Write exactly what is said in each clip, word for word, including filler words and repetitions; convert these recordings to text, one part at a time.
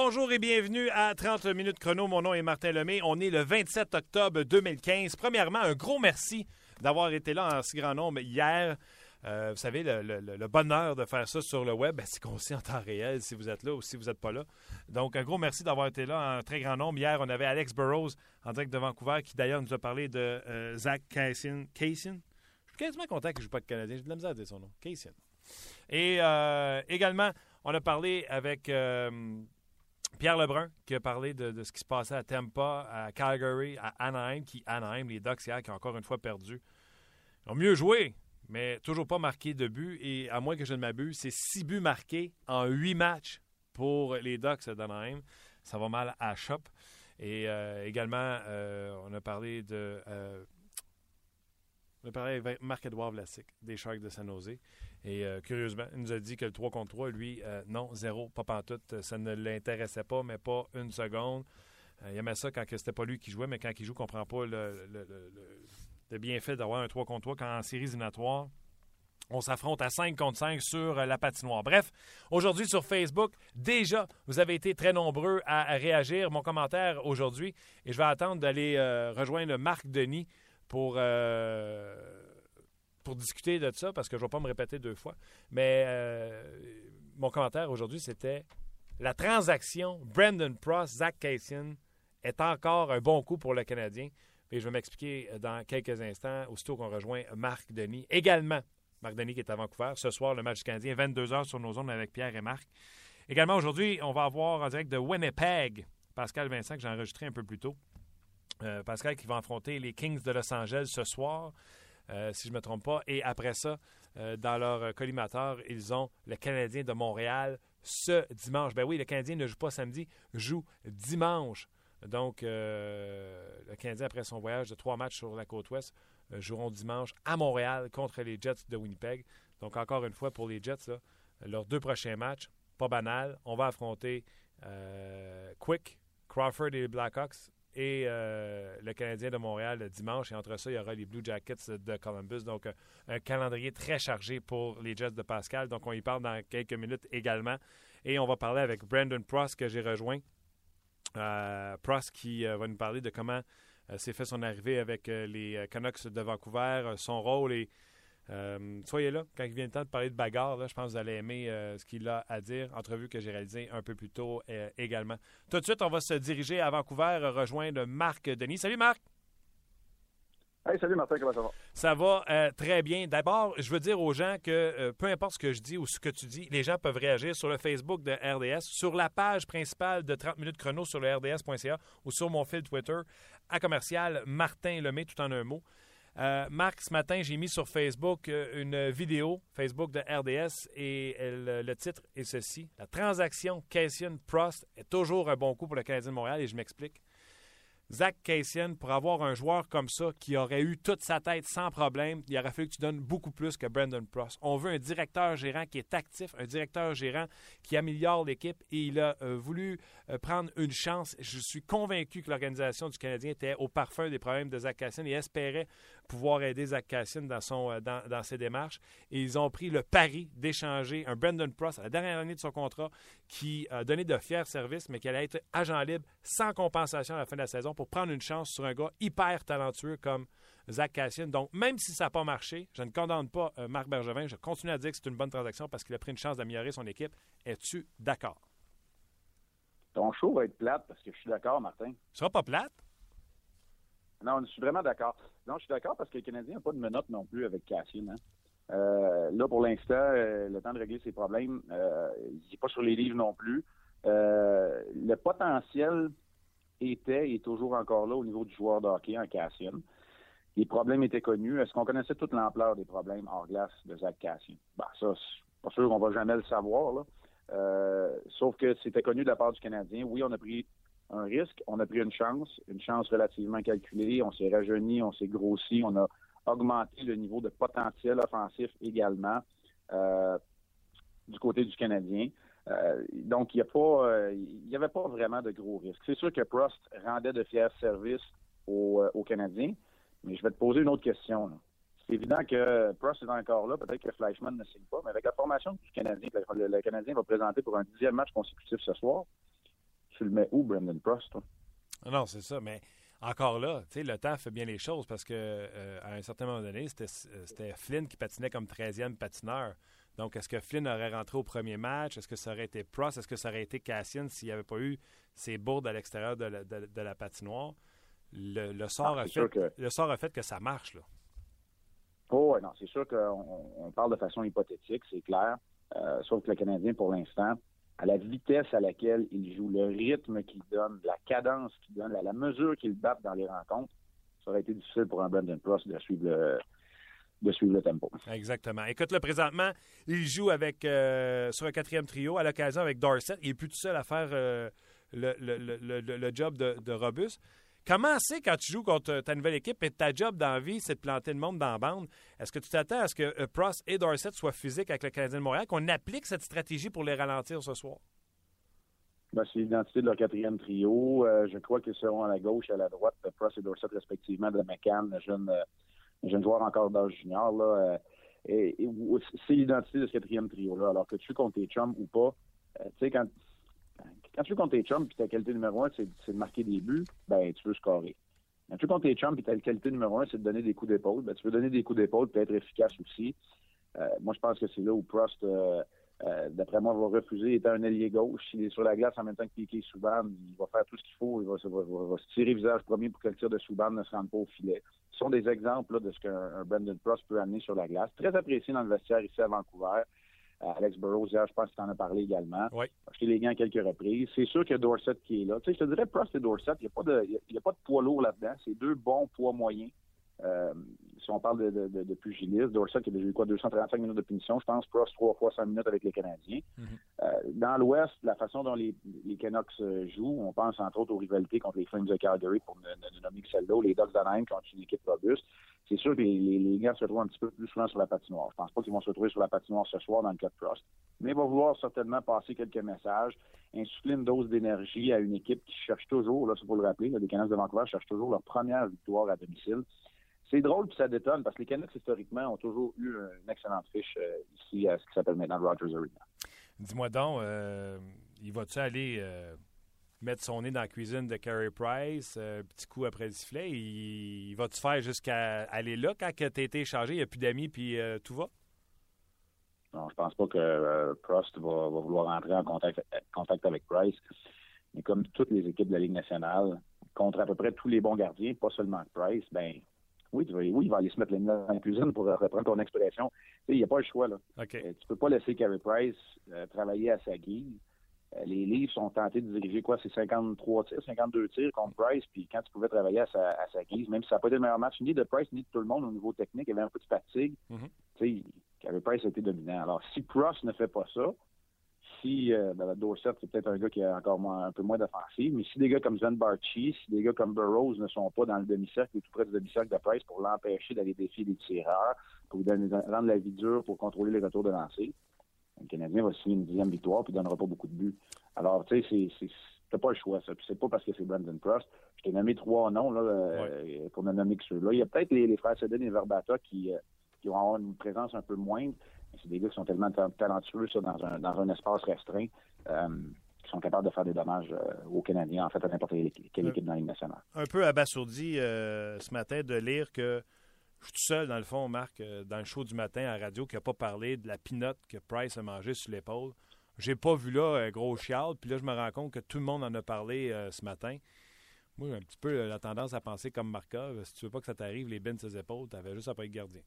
bonjour et bienvenue à trente minutes chrono. Mon nom est Martin Lemay. On est le vingt-sept octobre deux mille quinze. Premièrement, un gros merci d'avoir été là en si grand nombre hier. Euh, vous savez, le, le, le bonheur de faire ça sur le web, ben, c'est qu'on sait en temps réel si vous êtes là ou si vous n'êtes pas là. Donc, un gros merci d'avoir été là en très grand nombre. Hier, on avait Alex Burrows en direct de Vancouver qui d'ailleurs nous a parlé de euh, Zach Kassian. Kassian? Je suis quasiment content qu'il ne joue pas de Canadien. J'ai de la misère à dire son nom. Kassian. Et euh, également, on a parlé avec euh, Pierre Lebrun qui a parlé de, de ce qui se passait à Tampa, à Calgary, à Anaheim, qui Anaheim, les Ducks hier, qui ont encore une fois perdu. Ils ont mieux joué, mais toujours pas marqué de but. Et à moins que je ne m'abuse, c'est six buts marqués en huit matchs pour les Ducks d'Anaheim. Ça va mal à Chop. Et euh, également, euh, on a parlé de... Euh, on a parlé avec Marc-Édouard Vlasic des Sharks de San Jose. Et euh, curieusement, il nous a dit que le trois contre trois, lui, euh, non, zéro, pas pantoute. Ça ne l'intéressait pas, mais pas une seconde. Euh, il aimait ça quand c'était pas lui qui jouait, mais quand il joue, il ne comprend pas le, le, le, le, le bienfait d'avoir un trois contre trois quand en séries éliminatoires, on s'affronte à cinq contre cinq sur la patinoire. Bref, aujourd'hui sur Facebook, déjà, vous avez été très nombreux à, à réagir. Mon commentaire aujourd'hui, et je vais attendre d'aller euh, rejoindre Marc Denis pour, euh, pour discuter de ça, parce que je ne vais pas me répéter deux fois. Mais euh, mon commentaire aujourd'hui, c'était la transaction Brandon Prost, Zach Kassian est encore un bon coup pour le Canadien. Et je vais m'expliquer dans quelques instants, aussitôt qu'on rejoint Marc Denis. Également, Marc Denis qui est à Vancouver. Ce soir, le match du Canadien, vingt-deux heures sur nos ondes avec Pierre et Marc. Également, aujourd'hui, on va avoir en direct de Winnipeg Pascal Vincent, que j'ai enregistré un peu plus tôt. Euh, Pascal qui va affronter les Kings de Los Angeles ce soir, euh, si je ne me trompe pas. Et après ça, euh, dans leur collimateur, ils ont le Canadien de Montréal ce dimanche. Ben oui, le Canadien ne joue pas samedi, joue dimanche. Donc, euh, le Canadien, après son voyage de trois matchs sur la côte ouest, euh, joueront dimanche à Montréal contre les Jets de Winnipeg. Donc, encore une fois, pour les Jets, là, leurs deux prochains matchs, pas banal. On va affronter euh, Quick, Crawford et les Blackhawks et euh, le Canadien de Montréal dimanche. Et entre ça, il y aura les Blue Jackets de Columbus. Donc, euh, un calendrier très chargé pour les Jets de Pascal. Donc, on y parle dans quelques minutes également. Et on va parler avec Brandon Prost que j'ai rejoint. Euh, Prost qui euh, va nous parler de comment euh, s'est fait son arrivée avec euh, les Canucks de Vancouver, euh, son rôle. Et euh, soyez là quand il vient le temps de parler de bagarre. Là, je pense que vous allez aimer euh, ce qu'il a à dire. Entrevue que j'ai réalisée un peu plus tôt euh, également. Tout de suite, on va se diriger à Vancouver, euh, rejoindre Marc Denis. Salut Marc! Hey, salut Martin, comment ça va? Ça va euh, très bien. D'abord, je veux dire aux gens que euh, peu importe ce que je dis ou ce que tu dis, les gens peuvent réagir sur le Facebook de R D S, sur la page principale de trente minutes chrono sur le R D S point C A ou sur mon fil Twitter à commercial Martin Lemay, tout en un mot. Euh, Marc, ce matin, j'ai mis sur Facebook euh, une vidéo Facebook de R D S et euh, le, le titre est ceci. La transaction Kassian-Prost est toujours un bon coup pour le Canadien de Montréal et je m'explique. Zach Kassian, pour avoir un joueur comme ça qui aurait eu toute sa tête sans problème, il aurait fallu que tu donnes beaucoup plus que Brandon Prost. On veut un directeur gérant qui est actif, un directeur gérant qui améliore l'équipe et il a euh, voulu euh, prendre une chance. Je suis convaincu que l'organisation du Canadien était au parfum des problèmes de Zach Kassian et espérait pouvoir aider Zach Kassian dans, son, euh, dans, dans ses démarches. Et ils ont pris le pari d'échanger un Brandon Prost à la dernière année de son contrat qui a donné de fiers services, mais qui allait être agent libre sans compensation à la fin de la saison pour prendre une chance sur un gars hyper talentueux comme Zach Kassian. Donc, même si ça n'a pas marché, je ne condamne pas euh, Marc Bergevin. Je continue à dire que c'est une bonne transaction parce qu'il a pris une chance d'améliorer son équipe. Es-tu d'accord? Ton show va être plate parce que je suis d'accord, Martin. Ce sera pas plate? Non, je suis vraiment d'accord. Non, je suis d'accord parce que le Canadien n'a pas de menottes non plus avec Kassian. Hein? Euh, là, pour l'instant, euh, le temps de régler ses problèmes, euh, il n'est pas sur les livres non plus. Euh, le potentiel était et est toujours encore là au niveau du joueur de hockey en Kassian. Les problèmes étaient connus. Est-ce qu'on connaissait toute l'ampleur des problèmes hors glace de Zach Kassian? Ben, ça, c'est pas sûr qu'on va jamais le savoir, là. Euh, sauf que c'était connu de la part du Canadien. Oui, on a pris un risque, on a pris une chance, une chance relativement calculée. On s'est rajeuni, on s'est grossi, on a augmenté le niveau de potentiel offensif également euh, du côté du Canadien. Euh, donc, il n'y a pas, euh, il n'y avait pas vraiment de gros risques. C'est sûr que Prost rendait de fiers services aux, euh, aux Canadiens, mais je vais te poser une autre question, là. C'est évident que Prost est encore là, peut-être que Fleischmann ne signe pas, mais avec la formation du Canadien, le, le Canadien va présenter pour un dixième match consécutif ce soir, tu le mets où, Brandon Prost, toi? Non, c'est ça, mais encore là, tu sais, le temps fait bien les choses parce que euh, à un certain moment donné, c'était, c'était Flynn qui patinait comme treizième patineur. Donc, est-ce que Flynn aurait rentré au premier match? Est-ce que ça aurait été Prost? Est-ce que ça aurait été Cassian s'il n'y avait pas eu ces bourdes à l'extérieur de la, de, de la patinoire? Le, le, sort ah, a fait, que... le sort a fait que ça marche, là. Oh, non, c'est sûr qu'on on parle de façon hypothétique, c'est clair. Euh, sauf que le Canadien, pour l'instant, à la vitesse à laquelle il joue, le rythme qu'il donne, la cadence qu'il donne, la, la mesure qu'il bat dans les rencontres, ça aurait été difficile pour un Brandon Prost de suivre le, de suivre le tempo. Exactement. Écoute, là, présentement, il joue avec euh, sur un quatrième trio, à l'occasion avec Dorsett. Il n'est plus tout seul à faire euh, le, le, le, le, le job de, de Robuste. Comment c'est quand tu joues contre ta nouvelle équipe et ta job dans la vie, c'est de planter le monde dans la bande? Est-ce que tu t'attends à ce que uh, Prost et Dorsett soient physiques avec le Canadien de Montréal, qu'on applique cette stratégie pour les ralentir ce soir? Ben, c'est l'identité de leur quatrième trio. Euh, je crois qu'ils seront à la gauche et à la droite, Prost et Dorsett respectivement, de McCann, le jeune, euh, jeune joueur encore d'âge junior. Là, euh, et, et, c'est l'identité de ce quatrième trio-là. Alors que tu joues contre tes chums ou pas, euh, tu sais, quand... Quand tu joues contre tes chums et ta qualité numéro un, c'est, c'est de marquer des buts, ben tu veux scorer. Quand tu joues contre tes chums et ta qualité numéro un, c'est de donner des coups d'épaule, ben tu veux donner des coups d'épaule et être efficace aussi. Euh, moi, je pense que c'est là où Prost, euh, euh, d'après moi, va refuser. Étant un ailier gauche, s'il est sur la glace en même temps que Piquet Subban, il va faire tout ce qu'il faut. Il va, va, va, va se tirer visage premier pour que le tir de Subban ne se rende pas au filet. Ce sont des exemples là, de ce qu'un Brandon Prost peut amener sur la glace. Très apprécié dans le vestiaire ici à Vancouver. Alex Burrows, hier, je pense que tu en as parlé également. Oui. Acheté les gants à quelques reprises. C'est sûr qu'il y a Dorsett qui est là. Tu sais, je te dirais, Prost et Dorsett, il n'y a pas de, il y a pas de poids lourd là-dedans. C'est deux bons poids moyens. Euh, si on parle de, de, de, de pugilisme, Dorsett qui a déjà eu quoi, deux cent trente-cinq minutes de punition, je pense, Prost trois fois cent minutes avec les Canadiens. Mm-hmm. Euh, dans l'Ouest, la façon dont les, les Canucks jouent, on pense entre autres aux rivalités contre les Flames de Calgary pour ne, ne, ne nommer que celle-là, ou les Ducks d'Anaheim qui ont une équipe robuste. C'est sûr que les, les, les gars se retrouvent un petit peu plus souvent sur la patinoire. Je pense pas qu'ils vont se retrouver sur la patinoire ce soir dans le cas de Prost, mais il va vouloir certainement passer quelques messages, insuffler une dose d'énergie à une équipe qui cherche toujours, là, c'est pour le rappeler, là, les Canucks de Vancouver cherchent toujours leur première victoire à domicile. C'est drôle puis ça détonne parce que les Canucks, historiquement, ont toujours eu une excellente fiche euh, ici à ce qui s'appelle maintenant Rogers Arena. Dis-moi donc, euh, il va-tu aller euh, mettre son nez dans la cuisine de Carey Price, euh, petit coup après le sifflet? Il, il va-tu faire jusqu'à aller là quand tu as été échangé, il n'y a plus d'amis puis euh, tout va? Non, je pense pas que euh, Prost va, va vouloir entrer en contact, contact avec Price. Mais comme toutes les équipes de la Ligue nationale, contre à peu près tous les bons gardiens, pas seulement Price, ben oui, tu vas, oui, il va aller se mettre les mains dans la cuisine pour reprendre ton expression. Il n'y a pas le choix, là. Okay. Euh, tu peux pas laisser Carey Price euh, travailler à sa guise. Euh, les Leafs sont tentés de diriger quoi, c'est cinquante-trois tirs, cinquante-deux tirs contre Price, puis quand tu pouvais travailler à sa, à sa guise, même si ça n'a pas été le meilleur match, ni de Price, ni de tout le monde au niveau technique, il y avait un peu de fatigue. Mm-hmm. Tu sais, Carey Price a été dominant. Alors, si Prost ne fait pas ça, si euh, ben, Dorsett, c'est peut-être un gars qui a encore moins, un peu moins d'offensive, mais si des gars comme Sven Barchi, si des gars comme Burroughs ne sont pas dans le demi-cercle ou tout près du demi-cercle de Price pour l'empêcher d'aller défier les tireurs, pour lui donner, rendre la vie dure pour contrôler les retours de lancer, le Canadien va signer une dixième victoire puis ne donnera pas beaucoup de buts. Alors, tu sais, c'est, c'est, t'as pas le choix, ça. Puis c'est pas parce que c'est Brandon Prost. Je t'ai nommé trois noms là, ouais. euh, pour ne nommer que ceux-là. Il y a peut-être les, les frères Sedin et Verbata qui, euh, qui vont avoir une présence un peu moindre. C'est des gars qui sont tellement talentueux ça, dans, un, dans un espace restreint euh, qui sont capables de faire des dommages euh, aux Canadiens, en fait, à n'importe quelle, quelle équipe dans la Ligue nationale. Un peu abasourdi euh, ce matin de lire que je suis tout seul, dans le fond, Marc, euh, dans le show du matin à la radio, qui n'a pas parlé de la pinotte que Price a mangée sur l'épaule. J'ai pas vu là un gros chial, puis là, je me rends compte que tout le monde en a parlé euh, ce matin. Moi, j'ai un petit peu la tendance à penser comme Markov. Si tu veux pas que ça t'arrive, les bines de ses épaules, t'avais juste à pas être gardien.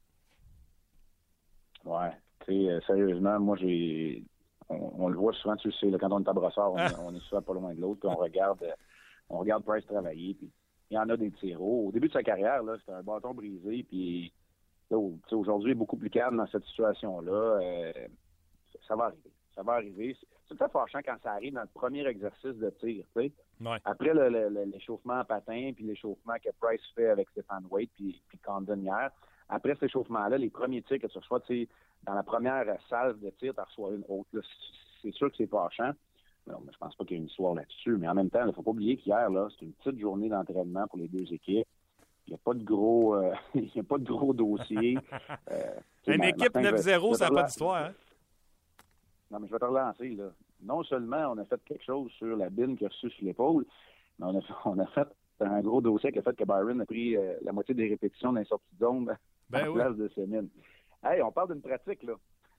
Ouais. Tu sais, euh, sérieusement, moi, j'ai... On, on le voit souvent, tu sais, là, quand on est à Brossard, on, on est souvent pas loin de l'autre, puis on regarde, euh, on regarde Price travailler, puis il y en a des tirs. Au début de sa carrière, là, c'était un bâton brisé, puis là, aujourd'hui, il est beaucoup plus calme dans cette situation-là. Euh, ça va arriver. Ça va arriver. C'est peut-être fâchant quand ça arrive dans le premier exercice de tir, tu sais. Ouais. Après le, le, le, l'échauffement en patin, puis l'échauffement que Price fait avec Stéphane Waite, puis, puis Condon hier, après cet échauffement-là, les premiers tirs que tu reçois, tu sais, dans la première salve de tir, tu en reçois une autre. Là, c'est sûr que c'est fâchant. Non, mais je pense pas qu'il y ait une histoire là-dessus. Mais en même temps, il ne faut pas oublier qu'hier, là, c'est une petite journée d'entraînement pour les deux équipes. Il n'y a pas de gros euh, il y a pas de gros dossier. Euh, une ma, équipe neuf zéro, ça n'a pas d'histoire, hein? Non, mais je vais te relancer, là. non seulement on a fait quelque chose sur la bine qu'il a reçue sur l'épaule, mais on a, on a fait un gros dossier qui a fait que Byron a pris euh, la moitié des répétitions dans les sorties de zone ben en oui. place de Semin. Hey, on parle d'une pratique, là.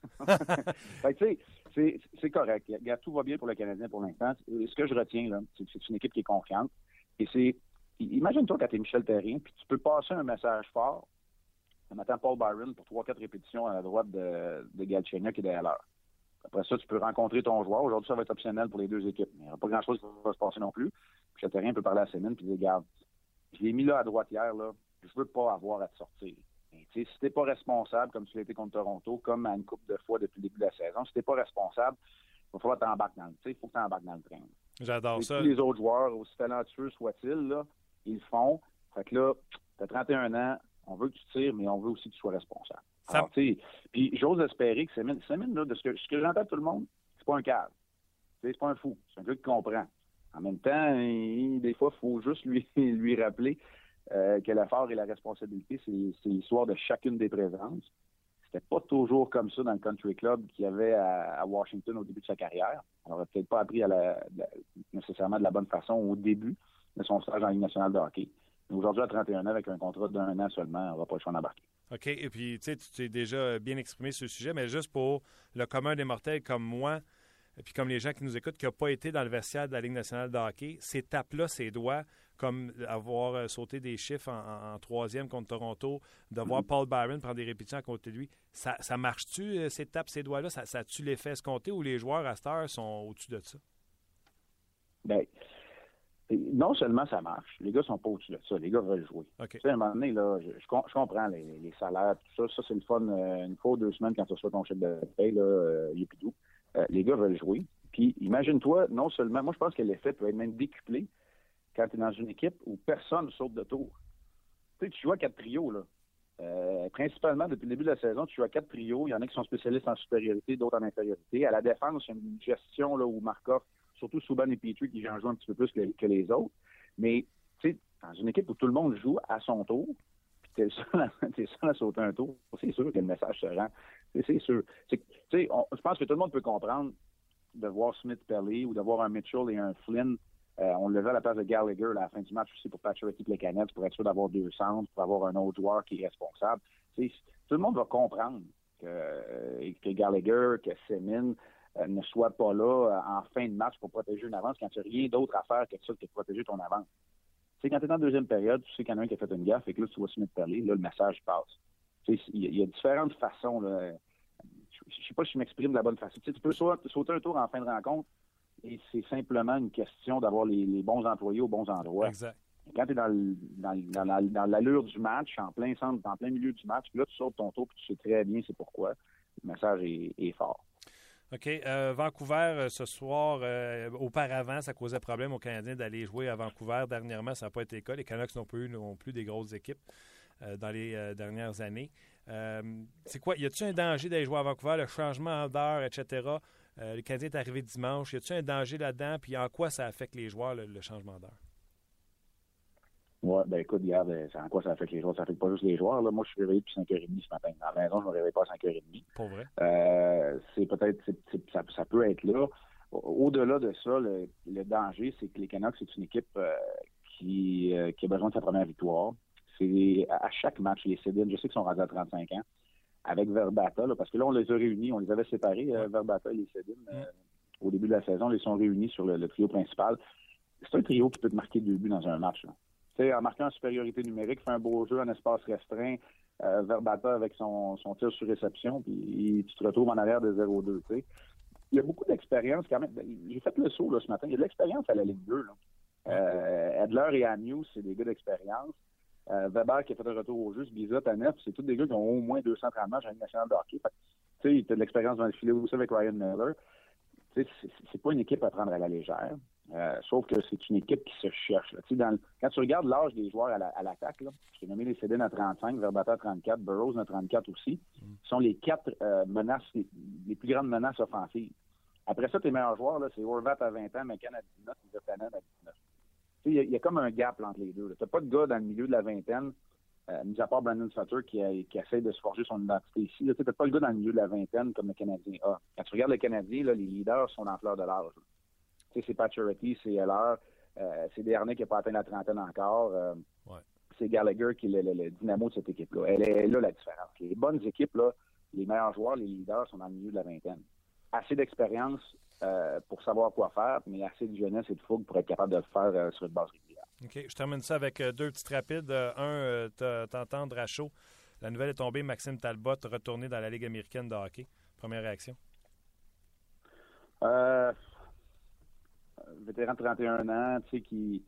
Fait que, tu sais, c'est, c'est correct. Regarde, tout va bien pour le Canadien pour l'instant. Ce que je retiens, là, c'est que c'est une équipe qui est confiante. Et c'est. Imagine-toi quand tu es Michel Therrien, puis tu peux passer un message fort. On attend Paul Byron pour trois quatre répétitions à la droite de, de Galchenyuk qui est derrière l'heure. Après ça, tu peux rencontrer ton joueur. Aujourd'hui, ça va être optionnel pour les deux équipes. Il n'y aura pas grand-chose qui va se passer non plus. Michel Therrien peut parler à Semin et dire, regarde, je l'ai mis là à droite hier, là, je veux pas avoir à te sortir. Et, si t'es pas responsable, comme tu l'as été contre Toronto, comme à une couple de fois depuis le début de la saison, si t'es pas responsable, il va falloir t'embarquer dans le il faut que tu embarques dans le train. J'adore et ça. Tous les autres joueurs, aussi talentueux soient-ils, là, ils le font. Fait que là, t'as trente et un ans, on veut que tu tires, mais on veut aussi que tu sois responsable. Ça... Alors, tu sais, puis j'ose espérer que Semin, Semin là, de ce que, ce que j'entends de tout le monde, c'est pas un cave. C'est pas un fou. C'est un gars qui comprend. En même temps, il, des fois, il faut juste lui, lui rappeler euh, que l'effort et la responsabilité, c'est, c'est l'histoire de chacune des présences. C'était pas toujours comme ça dans le country club qu'il y avait à, à Washington au début de sa carrière. Alors, il n'a peut-être pas appris à la, la, nécessairement de la bonne façon au début de son stage en Ligue nationale de hockey. Mais aujourd'hui, à trente et un ans, avec un contrat d'un an seulement, on va pas le choix d'embarquer. OK. Et puis, tu sais, tu t'es déjà bien exprimé sur le sujet, mais juste pour le commun des mortels comme moi, et puis comme les gens qui nous écoutent, qui n'ont pas été dans le vestiaire de la Ligue nationale de hockey, ces tapes-là, ces doigts, comme avoir sauté des chiffres en, en, en troisième contre Toronto, de voir mm-hmm. Paul Byron prendre des répétitions à côté de lui, ça, ça marche-tu, ces tapes, ces doigts-là? Ça, ça a-tu l'effet escompté ou les joueurs à cette heure sont au-dessus de ça? Bien, non seulement ça marche, les gars sont pas au-dessus de ça, les gars veulent jouer. Okay. Tu sais, à un moment donné, là, je, je, je comprends les, les salaires, tout ça, ça c'est le fun, euh, une fois ou deux semaines quand tu reçois ton chèque de paye, là, euh, yupidou. Euh, les gars veulent jouer. Puis imagine-toi, non seulement, moi je pense que l'effet peut être même décuplé quand tu es dans une équipe où personne saute de tour. Tu sais, tu joues à quatre trios, là. Euh, principalement, depuis le début de la saison, tu joues à quatre trios. Il y en a qui sont spécialistes en supériorité, d'autres en infériorité. À la défense, il y a une gestion là, où Markov, surtout Subban et Petrie, qui en jouent un petit peu plus que, que les autres. Mais, tu sais, dans une équipe où tout le monde joue à son tour, puis t'es le seul à, t'es le seul à sauter un tour, c'est sûr que le message se rend. C'est, c'est sûr. C'est, tu sais, je pense que tout le monde peut comprendre de voir Smith-Pelly ou de voir un Mitchell et un Flynn. Euh, on le levait à la place de Gallagher là, à la fin du match aussi pour Pacioretty et les Canettes pour être sûr d'avoir deux centres, pour avoir un autre joueur qui est responsable. T'sais, tout le monde va comprendre que, euh, que Gallagher, que Semin euh, ne soit pas là euh, en fin de match pour protéger une avance quand tu n'as rien d'autre à faire que ça que de protéger ton avance. T'sais, quand tu es en deuxième période, tu sais qu'il y en a un qui a fait une gaffe et que là, tu vois Smith-Pelly, là, le message passe. Il y, y a différentes façons. Là. Je ne sais pas si je m'exprime de la bonne façon. T'sais, tu peux sauter, sauter un tour en fin de rencontre. Et c'est simplement une question d'avoir les, les bons employés aux bons endroits. Exact. Quand tu es dans, le, dans, dans, la, dans l'allure du match, en plein centre, en plein milieu du match, puis là, tu sautes ton tour, puis tu sais très bien c'est pourquoi. Le message est, est fort. OK. Euh, Vancouver, ce soir, euh, auparavant, ça causait problème aux Canadiens d'aller jouer à Vancouver. Dernièrement, ça n'a pas été le cas. Les Canucks n'ont pas eu non plus des grosses équipes euh, dans les euh, dernières années. Euh, c'est quoi? Y a-t-il un danger d'aller jouer à Vancouver, le changement d'heure, et cetera? Euh, le Canadien est arrivé dimanche. Y a-t-il un danger là-dedans? Puis en quoi ça affecte les joueurs, le, le changement d'heure? Oui, ben écoute, hier, c'est en quoi ça affecte les joueurs? Ça affecte pas juste les joueurs. Là. Moi, je suis réveillé depuis cinq heures trente ce matin. À la maison, je ne me réveille pas à cinq heures trente. Pour vrai? Euh, c'est peut-être, c'est, c'est, ça, ça peut être là. Au-delà de ça, le, le danger, c'est que les Canucks, c'est une équipe euh, qui, euh, qui a besoin de sa première victoire. C'est à chaque match, les Sedin, je sais qu'ils sont rendus à trente-cinq ans, avec Verbata, là, parce que là, on les a réunis, on les avait séparés, euh, Verbata et les Sedin, euh, au début de la saison, ils sont réunis sur le, le trio principal. C'est un trio qui peut te marquer deux buts dans un match. Là. Tu sais, en marquant en supériorité numérique, fait un beau jeu en espace restreint, euh, Verbata avec son, son tir sur réception, puis tu te retrouves en arrière de zéro deux. Tu sais. Il y a beaucoup d'expérience quand même. J'ai fait le saut là, ce matin. Il y a de l'expérience à la Ligue deux. Là. Euh, Edler et Agnew, c'est des gars d'expérience. Euh, Weber qui a fait un retour au jeu, Bizot, Tanev, c'est tous des gars qui ont au moins deux cent trente matchs à la Ligue nationale de hockey. Tu sais, tu as de l'expérience dans le filet aussi avec Ryan Miller. Tu sais, c'est, c'est pas une équipe à prendre à la légère. Euh, sauf que c'est une équipe qui se cherche. Là. Tu sais, dans le, quand tu regardes l'âge des joueurs à, la, à l'attaque, là, je t'ai nommé les Sedin à trente-cinq, Verbata à trente-quatre, Burroughs à trente-quatre aussi. Mm. Ce sont les quatre euh, menaces, les, les plus grandes menaces offensives. Après ça, tes meilleurs joueurs, là, c'est Horvat à vingt ans, McCann à dix-neuf, et Vatanen à dix-neuf. Il y, y a comme un gap là, entre les deux. Tu n'as pas de gars dans le milieu de la vingtaine Euh, mis à part Brandon Sutter qui, a, qui essaie de se forger son identité ici. Tu n'es pas le gars dans le milieu de la vingtaine comme le Canadien a. Quand tu regardes le Canadien, là, les leaders sont en fleur de l'âge. Tu sais, c'est Pacioretty, c'est Heller, euh, c'est Desharnais qui n'a pas atteint la trentaine encore. Euh, ouais. C'est Gallagher qui est le, le, le dynamo de cette équipe-là. Elle est là la différence. Les bonnes équipes, là, les meilleurs joueurs, les leaders sont dans le milieu de la vingtaine. Assez d'expérience euh, pour savoir quoi faire, mais assez de jeunesse et de fougue pour être capable de le faire euh, sur une base régulière. OK. Je termine ça avec euh, deux petites rapides. Euh, un, euh, t'entendre à chaud. La nouvelle est tombée. Maxime Talbot retourné dans la Ligue américaine de hockey. Première réaction? Euh, vétéran de trente et un ans, tu sais, qui...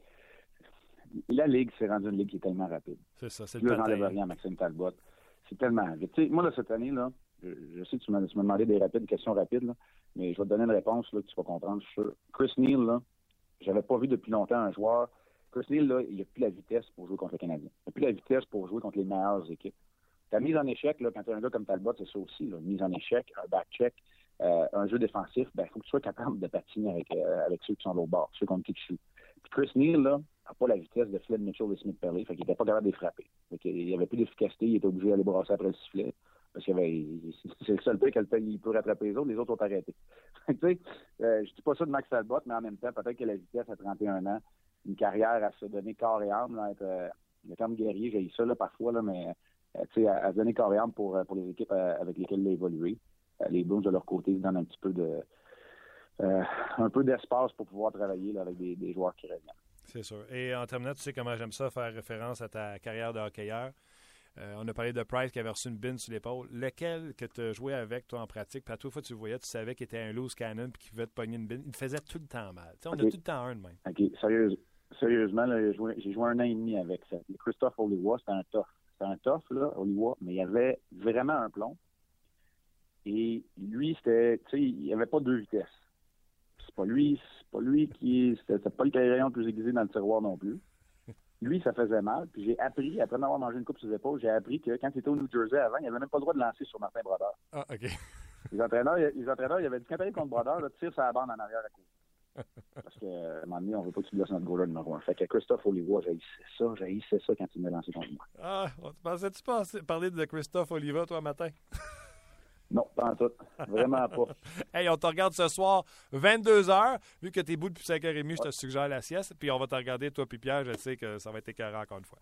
La Ligue s'est rendue une Ligue qui est tellement rapide. C'est ça, c'est le patin. Je n'enlève rien à Maxime Talbot. C'est tellement vite. Tu sais, moi, là, cette année, là, je, je sais que tu m'as, tu m'as demandé des rapides, des questions rapides, là, mais je vais te donner une réponse là, que tu vas comprendre, je suis sûr. Chris Neal, là, j'avais pas vu depuis longtemps un joueur... Chris Neal, là, il n'a plus la vitesse pour jouer contre le Canadien. Il n'a plus la vitesse pour jouer contre les meilleures équipes. Ta mise en échec, là, quand tu as un gars comme Talbot, c'est ça aussi. Là, une mise en échec, un back-check, euh, un jeu défensif, il ben, faut que tu sois capable de patiner avec, euh, avec ceux qui sont au bord, ceux contre qui tu joues. Puis Chris Neal, là, n'a pas la vitesse de Flynn Mitchell et Smith Perley, fait qu'il n'était pas capable de les frapper. Il n'y avait plus d'efficacité, il était obligé d'aller brasser après le sifflet. Parce que ben, c'est le seul truc qu'il peut rattraper les autres, les autres ont arrêté. tu sais, euh, je dis pas ça de Max Talbot, mais en même temps, peut-être que la vitesse à trente et un ans, une carrière à se donner corps et âme, là, être, euh, le terme guerrier, j'ai eu ça là, parfois, là, mais euh, à, à se donner corps et âme pour, pour les équipes euh, avec lesquelles il a évolué. Euh, les Blues, de leur côté, se donnent un petit peu de euh, un peu d'espace pour pouvoir travailler là, avec des, des joueurs qui reviennent. C'est sûr. Et en terminant, tu sais comment j'aime ça, faire référence à ta carrière de hockeyeur. Euh, on a parlé de Price qui avait reçu une bine sur l'épaule. Lequel que tu as joué avec, toi, en pratique, puis à toute fois que tu le voyais, tu savais qu'il était un loose cannon puis qu'il pouvait te pogner une bine. Il te faisait tout le temps mal. T'sais, on okay. a tout le temps un de même. OK. Sérieuse, sérieusement, là, j'ai, joué, j'ai joué un an et demi avec ça. Christophe Oliwa, c'était un tough. C'était un tough, là, Oliwa, mais il avait vraiment un plomb. Et lui, c'était, tu sais, il n'y avait pas deux vitesses. C'est pas lui, c'est pas lui qui... C'était, c'était pas le crayon le plus aiguisé dans le tiroir non plus. Lui, ça faisait mal. Puis j'ai appris, après m'avoir mangé une coupe sur les épaules, j'ai appris que quand il était au New Jersey avant, il n'avait même pas le droit de lancer sur Martin Brodeur. Ah, OK. Les entraîneurs, les entraîneurs, il avait dit quand t'arrives contre Brodeur, là, tire sur la bande en arrière à côté. Parce qu'à un moment donné, on ne veut pas que tu blesses notre goaler numéro un. Fait que Christophe Oliva, j'haïssais ça, j'haïssais ça quand il m'a lancé contre moi. Ah, pensais-tu penser, parler de Christophe Oliva, toi, matin? Non, pas en tout. Vraiment pas. Hey, on te regarde ce soir, vingt-deux heures. Vu que t'es bout depuis cinq heures trente, ouais. Je te suggère la sieste. Puis on va te regarder, toi puis Pierre. Je sais que ça va être écœurant encore une fois.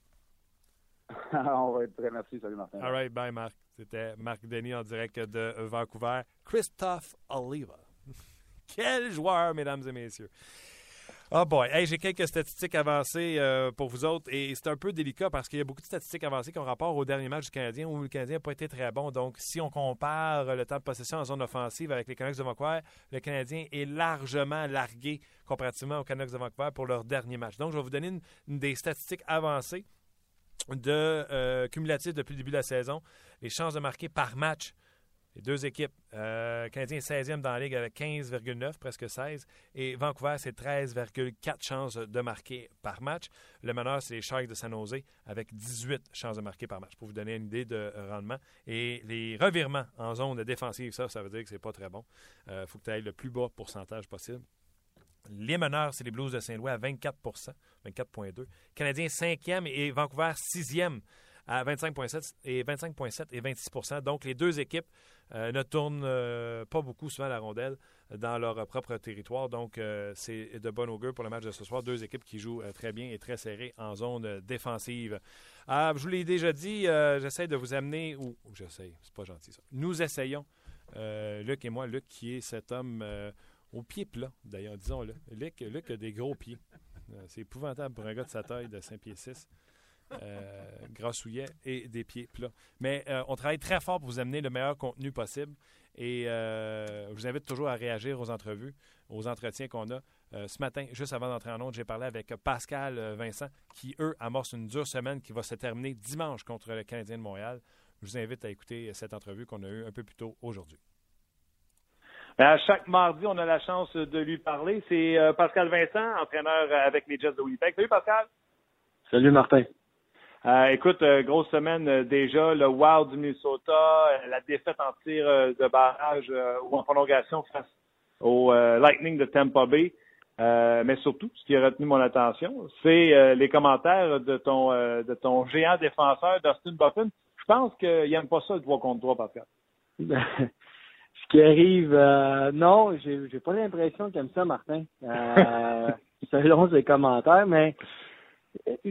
On va être très merci. Salut, Martin. All right, bye, Marc. C'était Marc Denis en direct de Vancouver. Christophe Oliva. Quel joueur, mesdames et messieurs. Ah oh boy, hey, j'ai quelques statistiques avancées euh, pour vous autres et c'est un peu délicat parce qu'il y a beaucoup de statistiques avancées qui ont rapport au dernier match du Canadien où le Canadien n'a pas été très bon. Donc, si on compare le temps de possession en zone offensive avec les Canucks de Vancouver, le Canadien est largement largué comparativement aux Canucks de Vancouver pour leur dernier match. Donc, je vais vous donner une, une des statistiques avancées de euh, cumulatives depuis le début de la saison. Les chances de marquer par match. Les deux équipes, euh, Canadien est seizième dans la Ligue avec quinze virgule neuf, presque seize. Et Vancouver, c'est treize virgule quatre chances de marquer par match. Le meneur, c'est les Sharks de San Jose avec dix-huit chances de marquer par match, pour vous donner une idée de rendement. Et les revirements en zone défensive, ça, ça veut dire que c'est pas très bon. Il euh, faut que tu ailles le plus bas pourcentage possible. Les meneurs, c'est les Blues de Saint-Louis à vingt-quatre pour cent, vingt-quatre virgule deux. Canadien cinquième et Vancouver sixième à vingt-cinq virgule sept et vingt-cinq virgule sept et vingt-six pour cent. Donc, les deux équipes euh, ne tournent euh, pas beaucoup souvent la rondelle dans leur propre territoire. Donc, euh, c'est de bon augure pour le match de ce soir. Deux équipes qui jouent euh, très bien et très serrées en zone euh, défensive. Euh, je vous l'ai déjà dit, euh, j'essaie de vous amener... ou j'essaie, c'est pas gentil ça. Nous essayons, euh, Luc et moi, Luc qui est cet homme euh, au pied plat, d'ailleurs, disons-le. Luc, Luc a des gros pieds. Euh, c'est épouvantable pour un gars de sa taille de cinq pieds six. Euh, grassouillet et des pieds plats. Mais euh, on travaille très fort pour vous amener le meilleur contenu possible et euh, je vous invite toujours à réagir aux entrevues, aux entretiens qu'on a. Euh, ce matin, juste avant d'entrer en onde, j'ai parlé avec Pascal Vincent qui, eux, amorce une dure semaine qui va se terminer dimanche contre le Canadien de Montréal. Je vous invite à écouter cette entrevue qu'on a eue un peu plus tôt aujourd'hui. À chaque mardi, on a la chance de lui parler. C'est euh, Pascal Vincent, entraîneur avec les Jets de Winnipeg. Salut Pascal! Salut Martin! Euh, écoute, euh, grosse semaine euh, déjà, le Wild du Minnesota, euh, la défaite en tir euh, de barrage euh, ou en prolongation face au euh, Lightning de Tampa Bay. Euh, mais surtout, ce qui a retenu mon attention, c'est euh, les commentaires de ton euh, de ton géant défenseur, Dustin Byfuglien. Je pense qu'il n'aime pas ça, le trois contre trois, Pascal. Ce qui arrive, euh, non, j'ai, j'ai pas l'impression qu'il aime ça, Martin. Euh, selon ses commentaires, mais je,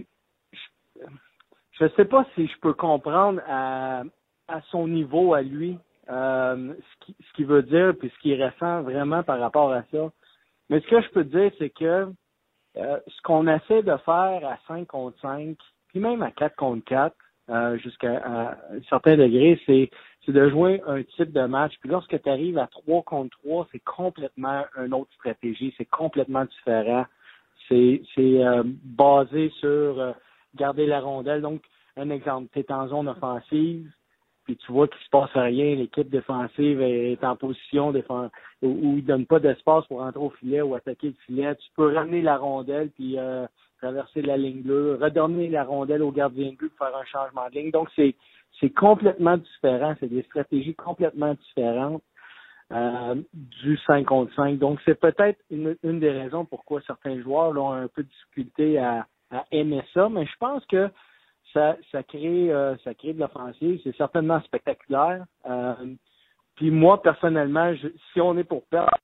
je sais pas si je peux comprendre à, à son niveau, à lui, euh, ce qui, ce qu'il veut dire puis ce qu'il ressent vraiment par rapport à ça. Mais ce que je peux te dire, c'est que euh, ce qu'on essaie de faire à cinq contre cinq, puis même à quatre contre quatre, euh, jusqu'à à un certain degré, c'est, c'est de jouer un type de match. Puis lorsque tu arrives à trois contre trois, c'est complètement une autre stratégie, c'est complètement différent. C'est, c'est euh, basé sur euh, garder la rondelle. Donc, un exemple, tu es en zone offensive, puis tu vois qu'il se passe rien, l'équipe défensive est en position défensive où, où il donne pas d'espace pour rentrer au filet ou attaquer le filet. Tu peux ramener la rondelle puis euh, traverser la ligne bleue, redonner la rondelle au gardien de but pour faire un changement de ligne. Donc, c'est c'est complètement différent. C'est des stratégies complètement différentes euh, du cinq contre cinq. Donc, c'est peut-être une, une des raisons pourquoi certains joueurs là, ont un peu de difficulté à, à aimer ça, mais je pense que Ça, ça crée euh, ça crée de l'offensive. C'est certainement spectaculaire. Euh, puis moi, personnellement, je, si on est pour perdre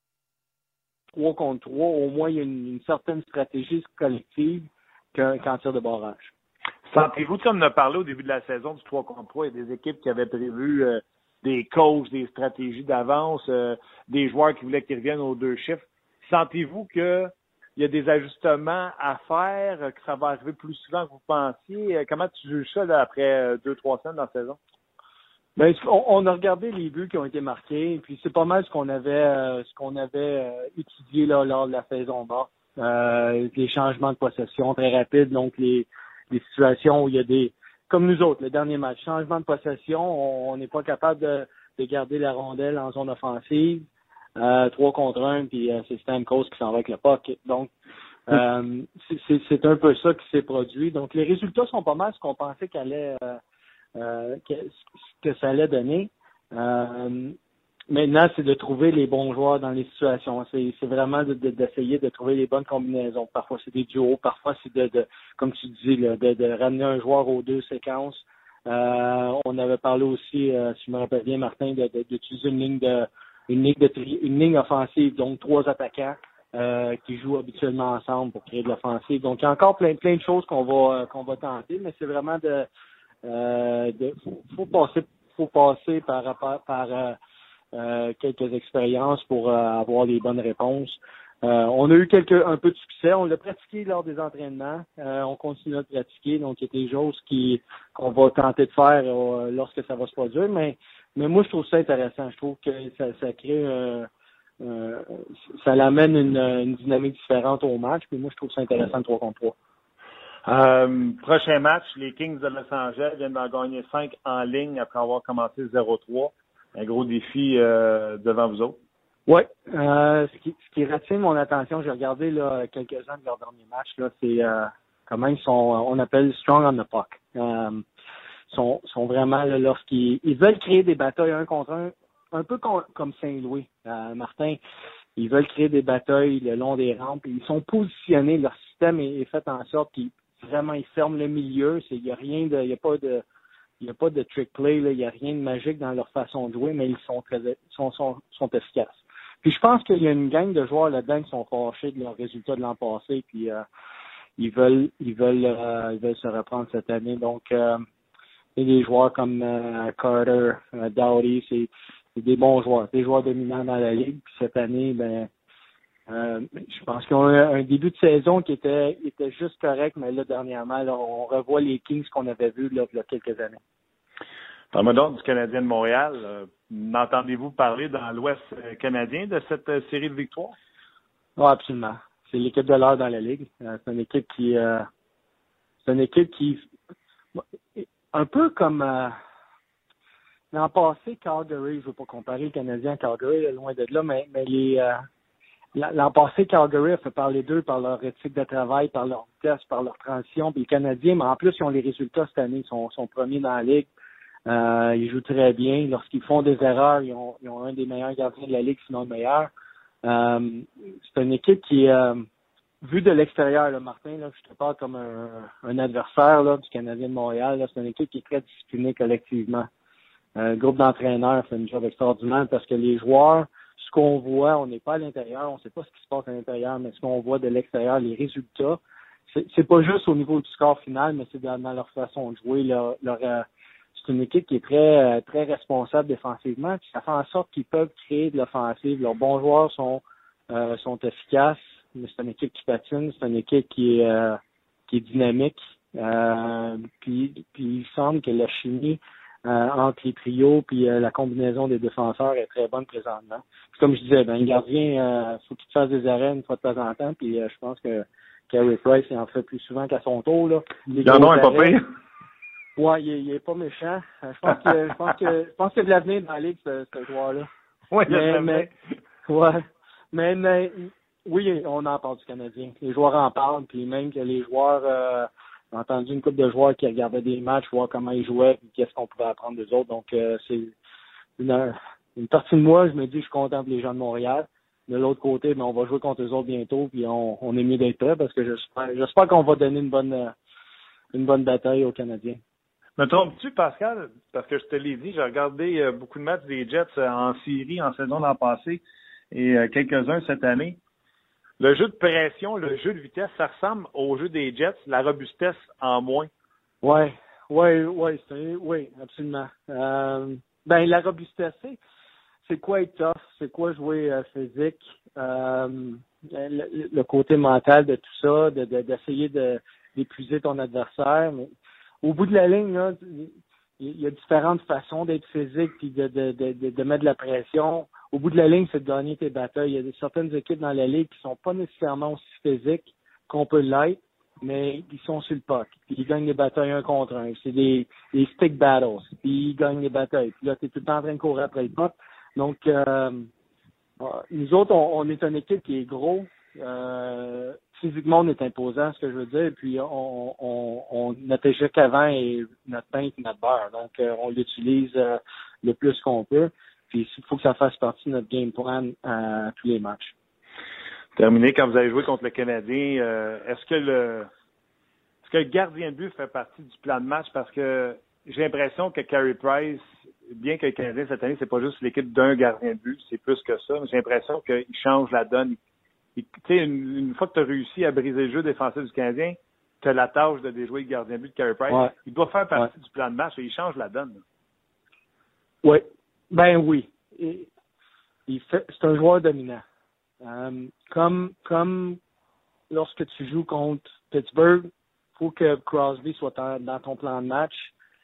trois contre trois, au moins il y a une, une certaine stratégie collective qu'un, qu'en tir de barrage. Sentez-vous, tu en as parlé au début de la saison du trois contre trois, il y a des équipes qui avaient prévu euh, des coachs, des stratégies d'avance, euh, des joueurs qui voulaient qu'ils reviennent aux deux chiffres. Sentez-vous que il y a des ajustements à faire, que ça va arriver plus souvent que vous pensiez? Comment tu juges ça là, après deux, trois semaines dans la saison? Ben, on, on a regardé les buts qui ont été marqués, puis c'est pas mal ce qu'on avait euh, ce qu'on avait euh, étudié là, lors de la saison bas. Euh, les changements de possession très rapides, donc les, les situations où il y a des, comme nous autres, le dernier match, changement de possession, on n'est pas capable de, de garder la rondelle en zone offensive. Euh, trois contre un, puis euh, c'est Stamkos qui s'en va avec le puck. Donc, euh, c'est, c'est, c'est un peu ça qui s'est produit. Donc, les résultats sont pas mal ce qu'on pensait qu'allait, euh, euh, que, que ça allait donner. Euh, maintenant, c'est de trouver les bons joueurs dans les situations. C'est, c'est vraiment de, de, d'essayer de trouver les bonnes combinaisons. Parfois, c'est des duos. Parfois, c'est de, de comme tu dis, là, de, de ramener un joueur aux deux séquences. Euh, on avait parlé aussi, euh, si je me rappelle bien, Martin, de, de, d'utiliser une ligne de Une ligne, de tri- une ligne offensive, donc trois attaquants euh, qui jouent habituellement ensemble pour créer de l'offensive. Donc, il y a encore plein, plein de choses qu'on va euh, qu'on va tenter, mais c'est vraiment de, euh, de faut, faut passer faut passer par par, par euh, euh, quelques expériences pour euh, avoir les bonnes réponses. Euh, on a eu quelques un peu de succès, on l'a pratiqué lors des entraînements, euh, on continue de pratiquer, donc il y a des choses qui qu'on va tenter de faire euh, lorsque ça va se produire, mais Mais moi, je trouve ça intéressant. Je trouve que ça, ça crée, euh, euh, ça l'amène une, une dynamique différente au match. Puis moi, je trouve ça intéressant de trois contre trois. Euh, prochain match, les Kings de Los Angeles viennent d'en gagner cinq en ligne après avoir commencé zéro trois. Un gros défi euh, devant vous autres. Oui. Euh, ce qui, ce qui retient mon attention, j'ai regardé là quelques-uns de leurs derniers matchs. Là, c'est euh, comment ils sont, on appelle strong on the puck. Euh, sont, sont vraiment là, lorsqu'ils ils veulent créer des batailles un contre un, un peu com- comme Saint-Louis, euh, Martin. Ils veulent créer des batailles le long des rampes. Ils sont positionnés, leur système est, est fait en sorte qu'ils vraiment ils ferment le milieu. Il n'y a rien de. Il y a pas de. Il n'y a pas de trick play, il n'y a rien de magique dans leur façon de jouer, mais ils sont très sont, sont, sont efficaces. Puis je pense qu'il y a une gang de joueurs là-dedans qui sont fâchés de leurs résultats de l'an passé, puis euh, ils veulent ils veulent euh, ils veulent se reprendre cette année. Donc euh, et des joueurs comme euh, Carter, euh, Doughty, c'est, c'est des bons joueurs, des joueurs dominants dans la ligue. Puis cette année, ben euh, je pense qu'ils ont eu un début de saison qui était était juste correct, mais là dernièrement, là, on revoit les Kings qu'on avait vus là, il y a quelques années. Parle-moi donc du Canadien de Montréal. Euh, entendez-vous parler dans l'Ouest canadien de cette euh, série de victoires? Oui, absolument. C'est l'équipe de l'heure dans la Ligue. Euh, c'est une équipe qui euh, c'est une équipe qui un peu comme euh, l'an passé, Calgary, je ne veux pas comparer le Canadien à Calgary, loin de là, mais, mais les euh, l'an passé, Calgary a fait parler d'eux par leur éthique de travail, par leur vitesse, par leur transition. Puis les Canadiens, mais en plus, ils ont les résultats cette année, ils sont, sont premiers dans la Ligue. Euh, ils jouent très bien. Lorsqu'ils font des erreurs, ils ont, ils ont un des meilleurs gardiens de la Ligue, sinon le meilleur. Euh, c'est une équipe qui est euh, vue de l'extérieur, là, Martin, là, je te parle comme un, un adversaire là, du Canadien de Montréal. Là, c'est une équipe qui est très disciplinée collectivement. Euh, le groupe d'entraîneurs fait un job extraordinaire parce que les joueurs, ce qu'on voit, on n'est pas à l'intérieur, on ne sait pas ce qui se passe à l'intérieur, mais ce qu'on voit de l'extérieur, les résultats, c'est, c'est pas juste au niveau du score final, mais c'est dans, dans leur façon de jouer. Leur, leur, euh, c'est une équipe qui est très euh, très responsable défensivement, puis ça fait en sorte qu'ils peuvent créer de l'offensive. Leurs bons joueurs sont euh, sont efficaces, mais c'est une équipe qui patine, c'est une équipe qui est euh, qui est dynamique. Euh, puis, puis il semble que la chimie Euh, entre les trios puis euh, la combinaison des défenseurs est très bonne présentement. Puis comme je disais, ben le gardien, euh, faut qu'il fasse des arrêts une fois de temps en temps, puis euh, je pense que Carey Price il en fait plus souvent qu'à son tour là. Il en a un pas pire. Ouais, il est, il est pas méchant. Euh, je pense que je pense que je pense qu'il y a de l'avenir dans la ligue ce, ce joueur-là. Oui, mais, mais ouais, mais, mais oui, on en parle du Canadien. Les joueurs en parlent, puis même que les joueurs euh, J'ai entendu une couple de joueurs qui regardaient des matchs, voir comment ils jouaient, et qu'est-ce qu'on pouvait apprendre des autres. Donc, euh, c'est une, une partie de moi, je me dis, je suis content pour les gens de Montréal. De l'autre côté, ben, on va jouer contre eux autres bientôt, puis on, on est mieux d'être prêt parce que j'espère, j'espère qu'on va donner une bonne, une bonne bataille aux Canadiens. Me trompes-tu, Pascal? Parce que je te l'ai dit, j'ai regardé beaucoup de matchs des Jets en série en saison l'an passé et quelques-uns cette année. Le jeu de pression, le jeu de vitesse, ça ressemble au jeu des Jets, la robustesse en moins. Ouais, ouais, ouais, c'est, oui, absolument. Euh, ben la robustesse, c'est, c'est quoi être tough, c'est quoi jouer euh, physique, euh, le, le côté mental de tout ça, de, de, d'essayer de, d'épuiser ton adversaire. Mais au bout de la ligne, là, il y a différentes façons d'être physique puis de, de, de, de, de mettre de la pression. Au bout de la ligne, c'est de gagner tes batailles. Il y a des, certaines équipes dans la ligue qui sont pas nécessairement aussi physiques qu'on peut l'être, mais ils sont sur le puck. Puis ils gagnent des batailles un contre un. C'est des, des stick battles. Puis ils gagnent des batailles. Puis là, tu es tout le temps en train de courir après le puck. Donc, euh, nous autres, on, on est une équipe qui est gros. Euh, physiquement, on est imposant, ce que je veux dire. Puis on, on, on notre échec avant est notre pain et notre beurre. Donc, euh, on l'utilise euh, le plus qu'on peut. Puis il faut que ça fasse partie de notre game plan à tous les matchs. Terminé, quand vous avez joué contre le Canadien, euh, est-ce que le est-ce que le gardien de but fait partie du plan de match? Parce que j'ai l'impression que Carey Price, bien que le Canadien cette année, c'est pas juste l'équipe d'un gardien de but, c'est plus que ça. Mais j'ai l'impression qu'il change la donne. Tu sais, une, une fois que tu as réussi à briser le jeu défensif du Canadien, tu as la tâche de déjouer le gardien de but de Carey Price. Ouais. Il doit faire partie ouais. du plan de match et il change la donne. Oui. Ben oui. Et, il fait, c'est un joueur dominant. Euh, comme comme lorsque tu joues contre Pittsburgh, il faut que Crosby soit en, dans ton plan de match.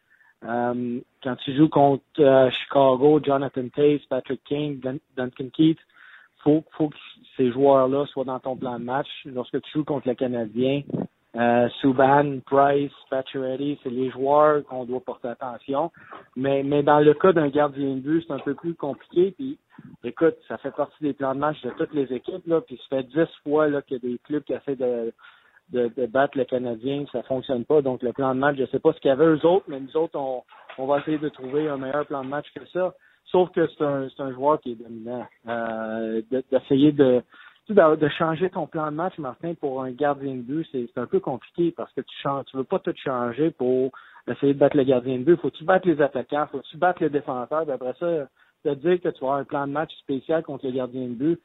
Euh, quand tu joues contre euh, Chicago, Jonathan Toews, Patrick Kane, Dun- Duncan Keith, faut faut que ces joueurs-là soient dans ton plan de match. Lorsque tu joues contre le Canadien, euh, Subban, Price, Pacioretty, c'est les joueurs qu'on doit porter attention. Mais mais dans le cas d'un gardien de but, c'est un peu plus compliqué. Puis écoute, ça fait partie des plans de match de toutes les équipes là. Puis ça fait dix fois là qu'il y a des clubs qui essaient de De, de battre le Canadien, ça fonctionne pas. Donc, le plan de match, je sais pas ce qu'il y avait eux autres, mais nous autres, on, on va essayer de trouver un meilleur plan de match que ça. Sauf que c'est un, c'est un joueur qui est dominant. Euh, de, d'essayer de, de, de changer ton plan de match, Martin, pour un gardien de but, c'est, c'est un peu compliqué parce que tu changes, tu veux pas tout changer pour essayer de battre le gardien de but. Faut-tu battre les attaquants? Faut-tu battre les défenseurs? Puis après ça, te dire que tu vas avoir un plan de match spécial contre le gardien de but.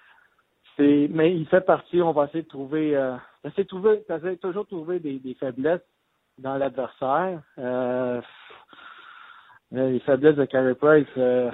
C'est, mais il fait partie, on va essayer de trouver, euh, essayer de trouver, essayer de toujours trouver des, des faiblesses dans l'adversaire. Euh, les faiblesses de Carey Price, euh,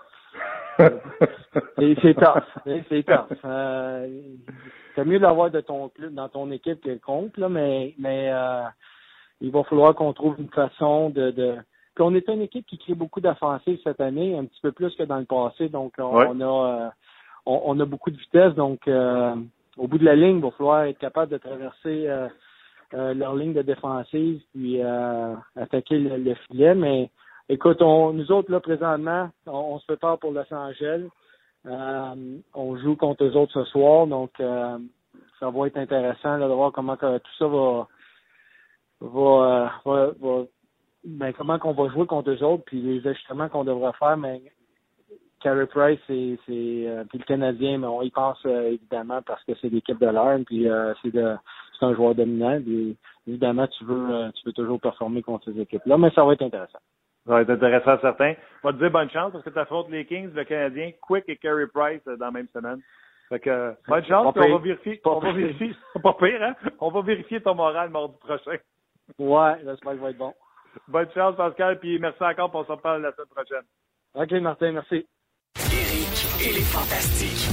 c'est, c'est tough, c'est tough. Euh, c'est mieux d'avoir de ton club dans ton équipe que contre, là, mais, mais euh, il va falloir qu'on trouve une façon de, de Puis on est une équipe qui crée beaucoup d'offensives cette année, un petit peu plus que dans le passé, donc on, ouais. on a euh, on, on a beaucoup de vitesse, donc euh, au bout de la ligne, il va falloir être capable de traverser euh, euh, leur ligne de défensive puis euh, attaquer le, le filet. Mais écoute, on, nous autres, là, présentement, on, on se prépare pour Los Angeles. Euh, on joue contre eux autres ce soir, donc euh, ça va être intéressant là, de voir comment que, tout ça va va, va, va ben, comment qu'on va jouer contre eux autres, puis les ajustements qu'on devra faire, mais Carey Price, c'est, c'est euh, puis le Canadien, mais on y pense euh, évidemment parce que c'est l'équipe de l'Arn, puis euh, c'est, de, c'est un joueur dominant. Puis, évidemment, tu veux, euh, tu veux toujours performer contre ces équipes-là, mais ça va être intéressant. Ça va être intéressant, certain. Je vais te dire bonne chance parce que tu affrontes les Kings, le Canadien, Quick et Carey Price euh, dans la même semaine. Fait que, euh, bonne chance, puis on va vérifier. On va vérifier. Pas pire, hein? On va vérifier ton moral mardi prochain. Ouais, j'espère qu'il va être bon. Bonne chance, Pascal, puis merci encore, puis on se reparle la semaine prochaine. OK, Martin, merci. Éric et les Fantastiques.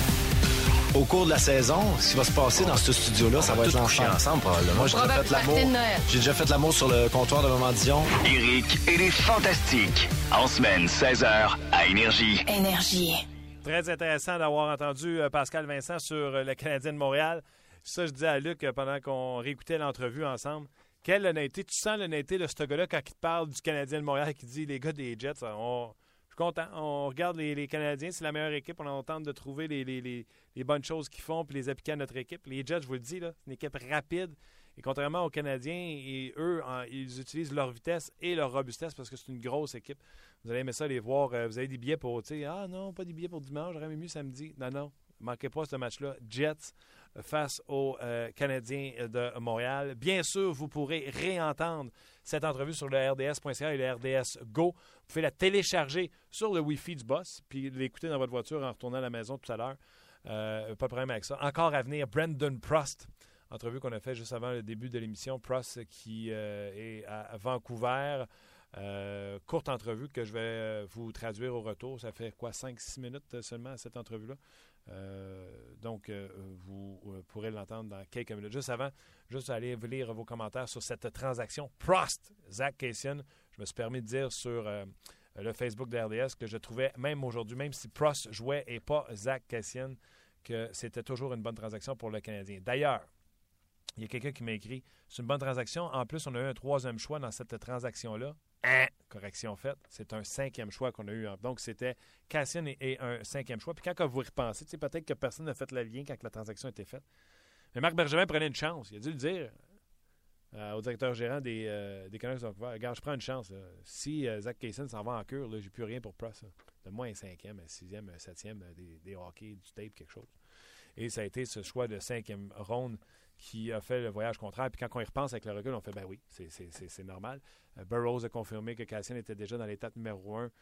Au cours de la saison, ce qui va se passer dans ce studio-là, ça va être ensemble. ensemble probablement. Moi, j'ai déjà fait l'amour. J'ai déjà fait l'amour sur le comptoir de Maman Dion. Éric et les Fantastiques. En semaine, seize heures, à Énergie. Énergie. Très intéressant d'avoir entendu Pascal Vincent sur le Canadien de Montréal. Ça, je disais à Luc pendant qu'on réécoutait l'entrevue ensemble. Quelle honnêteté. Tu sens l'honnêteté de ce gars-là quand il te parle du Canadien de Montréal qui dit les gars des Jets, on... je suis content. On regarde les, les Canadiens, c'est la meilleure équipe. On tente de trouver les, les, les, les bonnes choses qu'ils font puis les appliquer à notre équipe. Les Jets, je vous le dis, là, c'est une équipe rapide. Et contrairement aux Canadiens, et eux, en, ils utilisent leur vitesse et leur robustesse parce que c'est une grosse équipe. Vous allez aimer ça, les voir. Euh, vous avez des billets pour, tu sais, ah non, pas des billets pour dimanche, j'aurais aimé mieux samedi. Non, non, manquez pas ce match-là. Jets face aux euh, Canadiens de Montréal. Bien sûr, vous pourrez réentendre cette entrevue sur le R D S point C A et le R D S Go. Vous pouvez la télécharger sur le Wi-Fi du boss puis l'écouter dans votre voiture en retournant à la maison tout à l'heure. Euh, pas de problème avec ça. Encore à venir, Brandon Prost. Entrevue qu'on a fait juste avant le début de l'émission. Prost qui euh, est à Vancouver. Euh, courte entrevue que je vais vous traduire au retour. Ça fait quoi, cinq six minutes seulement cette entrevue-là. Euh, donc, euh, vous euh, pourrez l'entendre dans quelques minutes. Juste avant, juste aller lire vos commentaires sur cette transaction. Prost, Zach Kassian. Je me suis permis de dire sur euh, le Facebook de R D S que je trouvais, même aujourd'hui, même si Prost jouait et pas Zach Kassian, que c'était toujours une bonne transaction pour le Canadien. D'ailleurs, il y a quelqu'un qui m'a écrit, c'est une bonne transaction. En plus, on a eu un troisième choix dans cette transaction-là. Hein? Correction faite. C'est un cinquième choix qu'on a eu. Donc, c'était Kassian et, et un cinquième choix. Puis quand vous repensez, peut-être que personne n'a fait le lien quand la transaction a été faite. Mais Marc Bergevin prenait une chance. Il a dû le dire euh, au directeur gérant des, euh, des Canucks de Vancouver. Regarde, je prends une chance. Là. Si euh, Zach Kassian s'en va en cure, je n'ai plus rien pour Prost. Donne-moi un cinquième, un sixième, un septième, des, des hockey, du tape, quelque chose. Et ça a été ce choix de cinquième ronde qui a fait le voyage contraire. Puis quand on y repense avec le recul, on fait, ben oui, c'est, c'est, c'est, c'est normal. Euh, Burroughs a confirmé que Kassian était déjà dans l'étape numéro un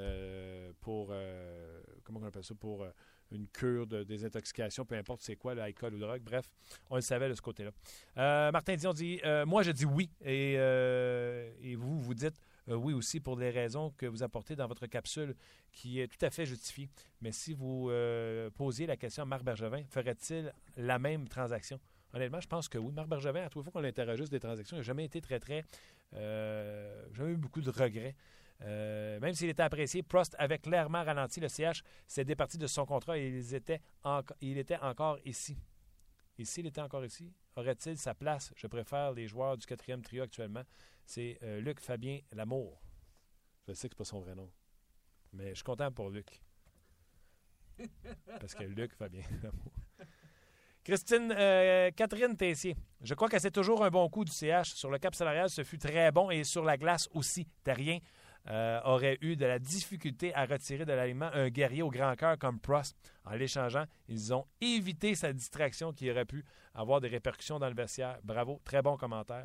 euh, pour, euh, comment on appelle ça, pour euh, une cure de désintoxication, peu importe c'est quoi, l'alcool ou drogue. Bref, on le savait de ce côté-là. Euh, Martin Dion dit, euh, moi je dis oui, et, euh, et vous, vous dites euh, oui aussi pour des raisons que vous apportez dans votre capsule qui est tout à fait justifiée. Mais si vous euh, posiez la question à Marc Bergevin, ferait-il la même transaction? Honnêtement, je pense que oui. Marc Bergevin, à toute fois qu'on l'interroge des transactions, il n'a jamais été très, très... Euh, jamais eu beaucoup de regrets. Euh, même s'il était apprécié, Prost avait clairement ralenti le C H. C'est départi de son contrat et il était, en, il était encore ici. Et s'il était encore ici, aurait-il sa place? Je préfère les joueurs du quatrième trio actuellement. C'est euh, Luc Fabien Lamour. Je sais que ce n'est pas son vrai nom. Mais je suis content pour Luc. Parce que Luc Fabien Lamour. Christine, euh, Catherine Tessier. Je crois que c'est toujours un bon coup du C H. Sur le cap salarial, ce fut très bon et sur la glace aussi. Terrien euh, aurait eu de la difficulté à retirer de l'alignement un guerrier au grand cœur comme Prost. En l'échangeant, ils ont évité sa distraction qui aurait pu avoir des répercussions dans le vestiaire. Bravo, très bon commentaire.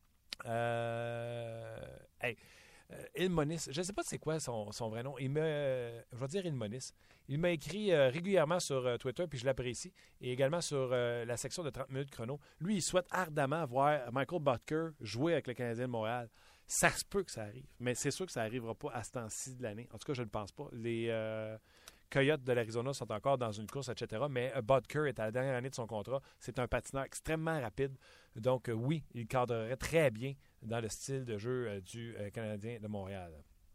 Euh, hey, euh, Ilmonis, je ne sais pas c'est quoi son, son vrai nom. Il me, euh, je vais dire Ilmonis. Il m'a écrit euh, régulièrement sur euh, Twitter, puis je l'apprécie, et également sur euh, la section de trente minutes chrono. Lui, il souhaite ardemment voir Michael Butker jouer avec le Canadien de Montréal. Ça se peut que ça arrive, mais c'est sûr que ça n'arrivera pas à ce temps-ci de l'année. En tout cas, je ne le pense pas. Les euh, Coyotes de l'Arizona sont encore dans une course, et cetera, mais euh, Butker est à la dernière année de son contrat. C'est un patineur extrêmement rapide. Donc, euh, oui, il cadrerait très bien dans le style de jeu euh, du euh, Canadien de Montréal.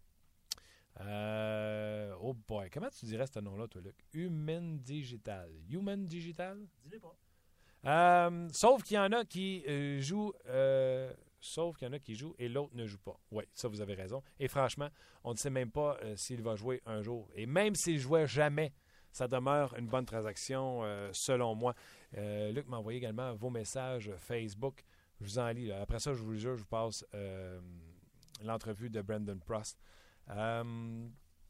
Euh, oh boy, comment tu dirais ce nom-là, toi, Luc? Human Digital. Human Digital? Dis-le pas. Euh, sauf qu'il y en a qui euh, jouent... Euh, sauf qu'il y en a qui jouent et l'autre ne joue pas. Oui, ça, vous avez raison. Et franchement, on ne sait même pas euh, s'il va jouer un jour. Et même s'il jouait jamais, ça demeure une bonne transaction, euh, selon moi. Euh, Luc m'a envoyé également vos messages Facebook. Je vous en lis. Là. Après ça, je vous jure, je vous passe euh, l'entrevue de Brandon Prost. Euh,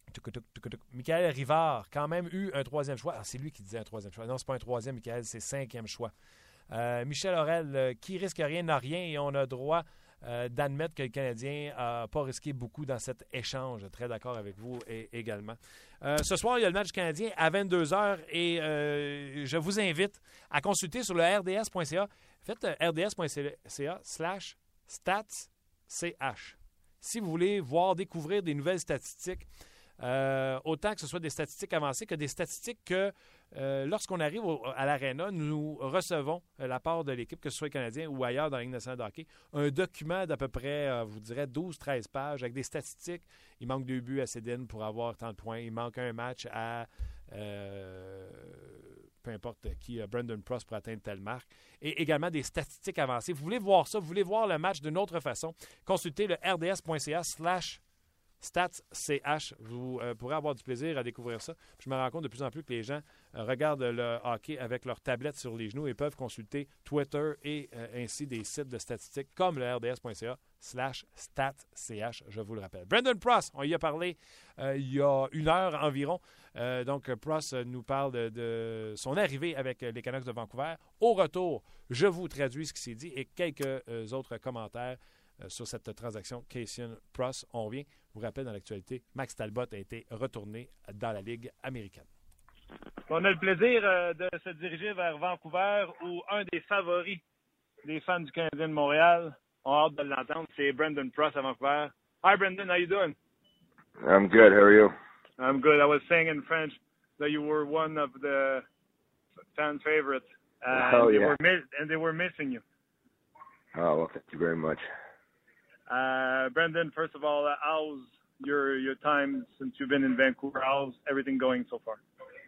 Michael Rivard, quand même eu un troisième choix. Ah, c'est lui qui disait un troisième choix. Non, c'est pas un troisième, Michael, c'est cinquième choix. Euh, Michel Aurel, euh, qui risque rien n'a rien et on a droit euh, d'admettre que le Canadien n'a pas risqué beaucoup dans cet échange. Très d'accord avec vous et, également. Euh, ce soir, il y a le match canadien à vingt-deux heures et euh, je vous invite à consulter sur le r d s point c a. Faites euh, r d s point c a slash stats c h. Si vous voulez voir, découvrir des nouvelles statistiques, Euh, autant que ce soit des statistiques avancées que des statistiques que euh, lorsqu'on arrive au, à l'Arena, nous recevons euh, la part de l'équipe, que ce soit Canadien ou ailleurs dans la Ligue nationale de hockey, un document d'à peu près, euh, je vous dirais, douze treize pages avec des statistiques. Il manque deux buts à Sedin pour avoir tant de points. Il manque un match à euh, peu importe qui, Brandon Prost pour atteindre telle marque. Et également des statistiques avancées. Vous voulez voir ça, vous voulez voir le match d'une autre façon, consultez le r d s point c a slash Stats C H, vous euh, pourrez avoir du plaisir à découvrir ça. Puis je me rends compte de plus en plus que les gens euh, regardent le hockey avec leur tablette sur les genoux et peuvent consulter Twitter et euh, ainsi des sites de statistiques comme le r d s point c a slash stats c h, je vous le rappelle. Brandon Prost, on y a parlé euh, il y a une heure environ. Euh, donc, Prost nous parle de, de son arrivée avec les Canucks de Vancouver. Au retour, je vous traduis ce qui s'est dit et quelques euh, autres commentaires euh, sur cette transaction Kassian-Prost. On revient. Je vous rappelle, dans l'actualité, Max Talbot a été retourné dans la Ligue américaine. On a le plaisir euh, de se diriger vers Vancouver où un des favoris des fans du Canadien de Montréal, on a hâte de l'entendre, c'est Brandon Prost à Vancouver. Hi Brandon, how you doing? I'm good, how are you? I'm good. I was saying in French that you were one of the fan favorites. Uh, oh, and they yeah. were miss- and they were missing you. Oh, well, thank you very much. Uh, Brandon, first of all, uh, how's your your time since you've been in Vancouver? How's everything going so far?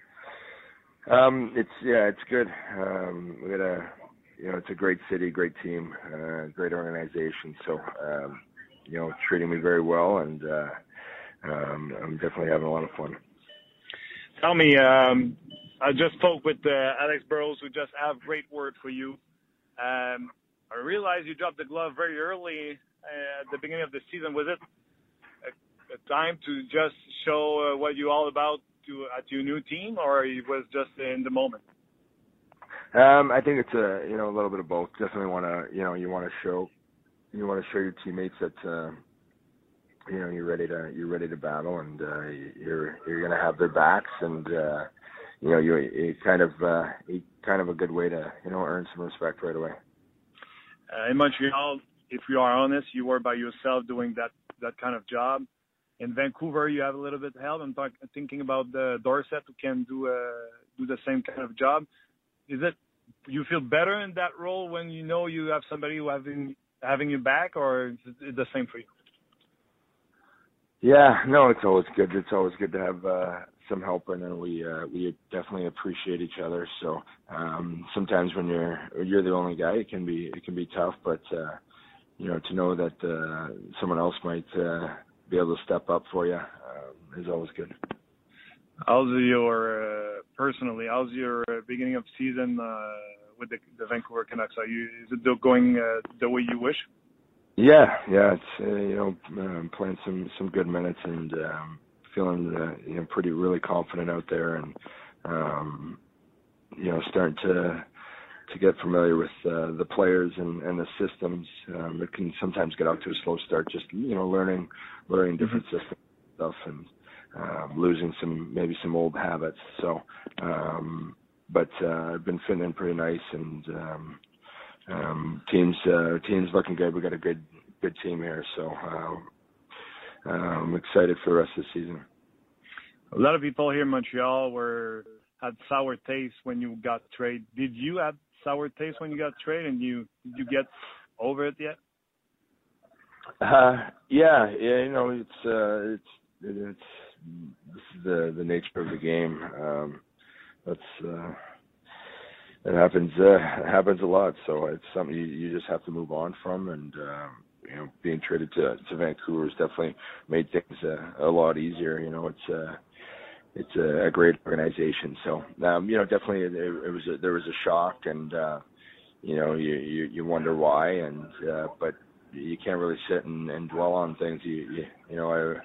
Um, it's yeah, it's good. Um, we got a, you know, it's a great city, great team, uh, great organization. So, um, you know, treating me very well, and uh, um, I'm definitely having a lot of fun. Tell me, um, I just spoke with uh, Alex Burrows, who just have great word for you. Um, I realized you dropped the glove very early. Uh, at the beginning of the season, was it a, a time to just show uh, what you're all about to at your new team, or it was just in the moment? Um, I think it's a you know a little bit of both. Definitely want to you know you want to show you want to show your teammates that uh, you know you're ready to you're ready to battle, and uh, you're you're going to have their backs, and uh, you know you you kind of uh, you kind of a good way to you know earn some respect right away. Uh, in Montreal, if you are honest, you were by yourself doing that, that kind of job. In Vancouver, you have a little bit of help. I'm talk, thinking about the Dorset who can do uh, do the same kind of job. Is it you feel better in that role when you know you have somebody who having having you back, or is it the same for you? Yeah, no, it's always good. It's always good to have uh, some help, and then we uh, we definitely appreciate each other. So um, sometimes when you're when you're the only guy, it can be it can be tough, but. Uh, You know, to know that uh, someone else might uh, be able to step up for you uh, is always good. How's your uh, personally? How's your uh, beginning of season uh, with the, the Vancouver Canucks? Are you is it going uh, the way you wish? Yeah, yeah. It's uh, you know um, playing some some good minutes and um, feeling uh, you know pretty really confident out there, and um, you know starting to. to get familiar with uh, the players and, and the systems. Um, it can sometimes get out to a slow start, just, you know, learning learning different mm-hmm. systems and stuff and um, losing some, maybe some old habits. So, um, but uh, I've been fitting in pretty nice, and um, um, team's, uh, team's looking good. We got a good good team here, so uh, I'm excited for the rest of the season. A lot of people here in Montreal were had sour taste when you got traded. Did you have sour taste when you got traded, and you did you get over it yet? Uh, yeah, yeah. You know, it's uh, it's it's this is the the nature of the game. Um, that's uh, it happens uh, it happens a lot. So it's something you, you just have to move on from, and um, you know, being traded to to Vancouver has definitely made things uh, a lot easier. You know, it's. Uh, It's a, a great organization, so um, you know definitely it, it was a, there was a shock, and uh, you know you, you you wonder why, and uh, but you can't really sit and, and dwell on things. You you, you know I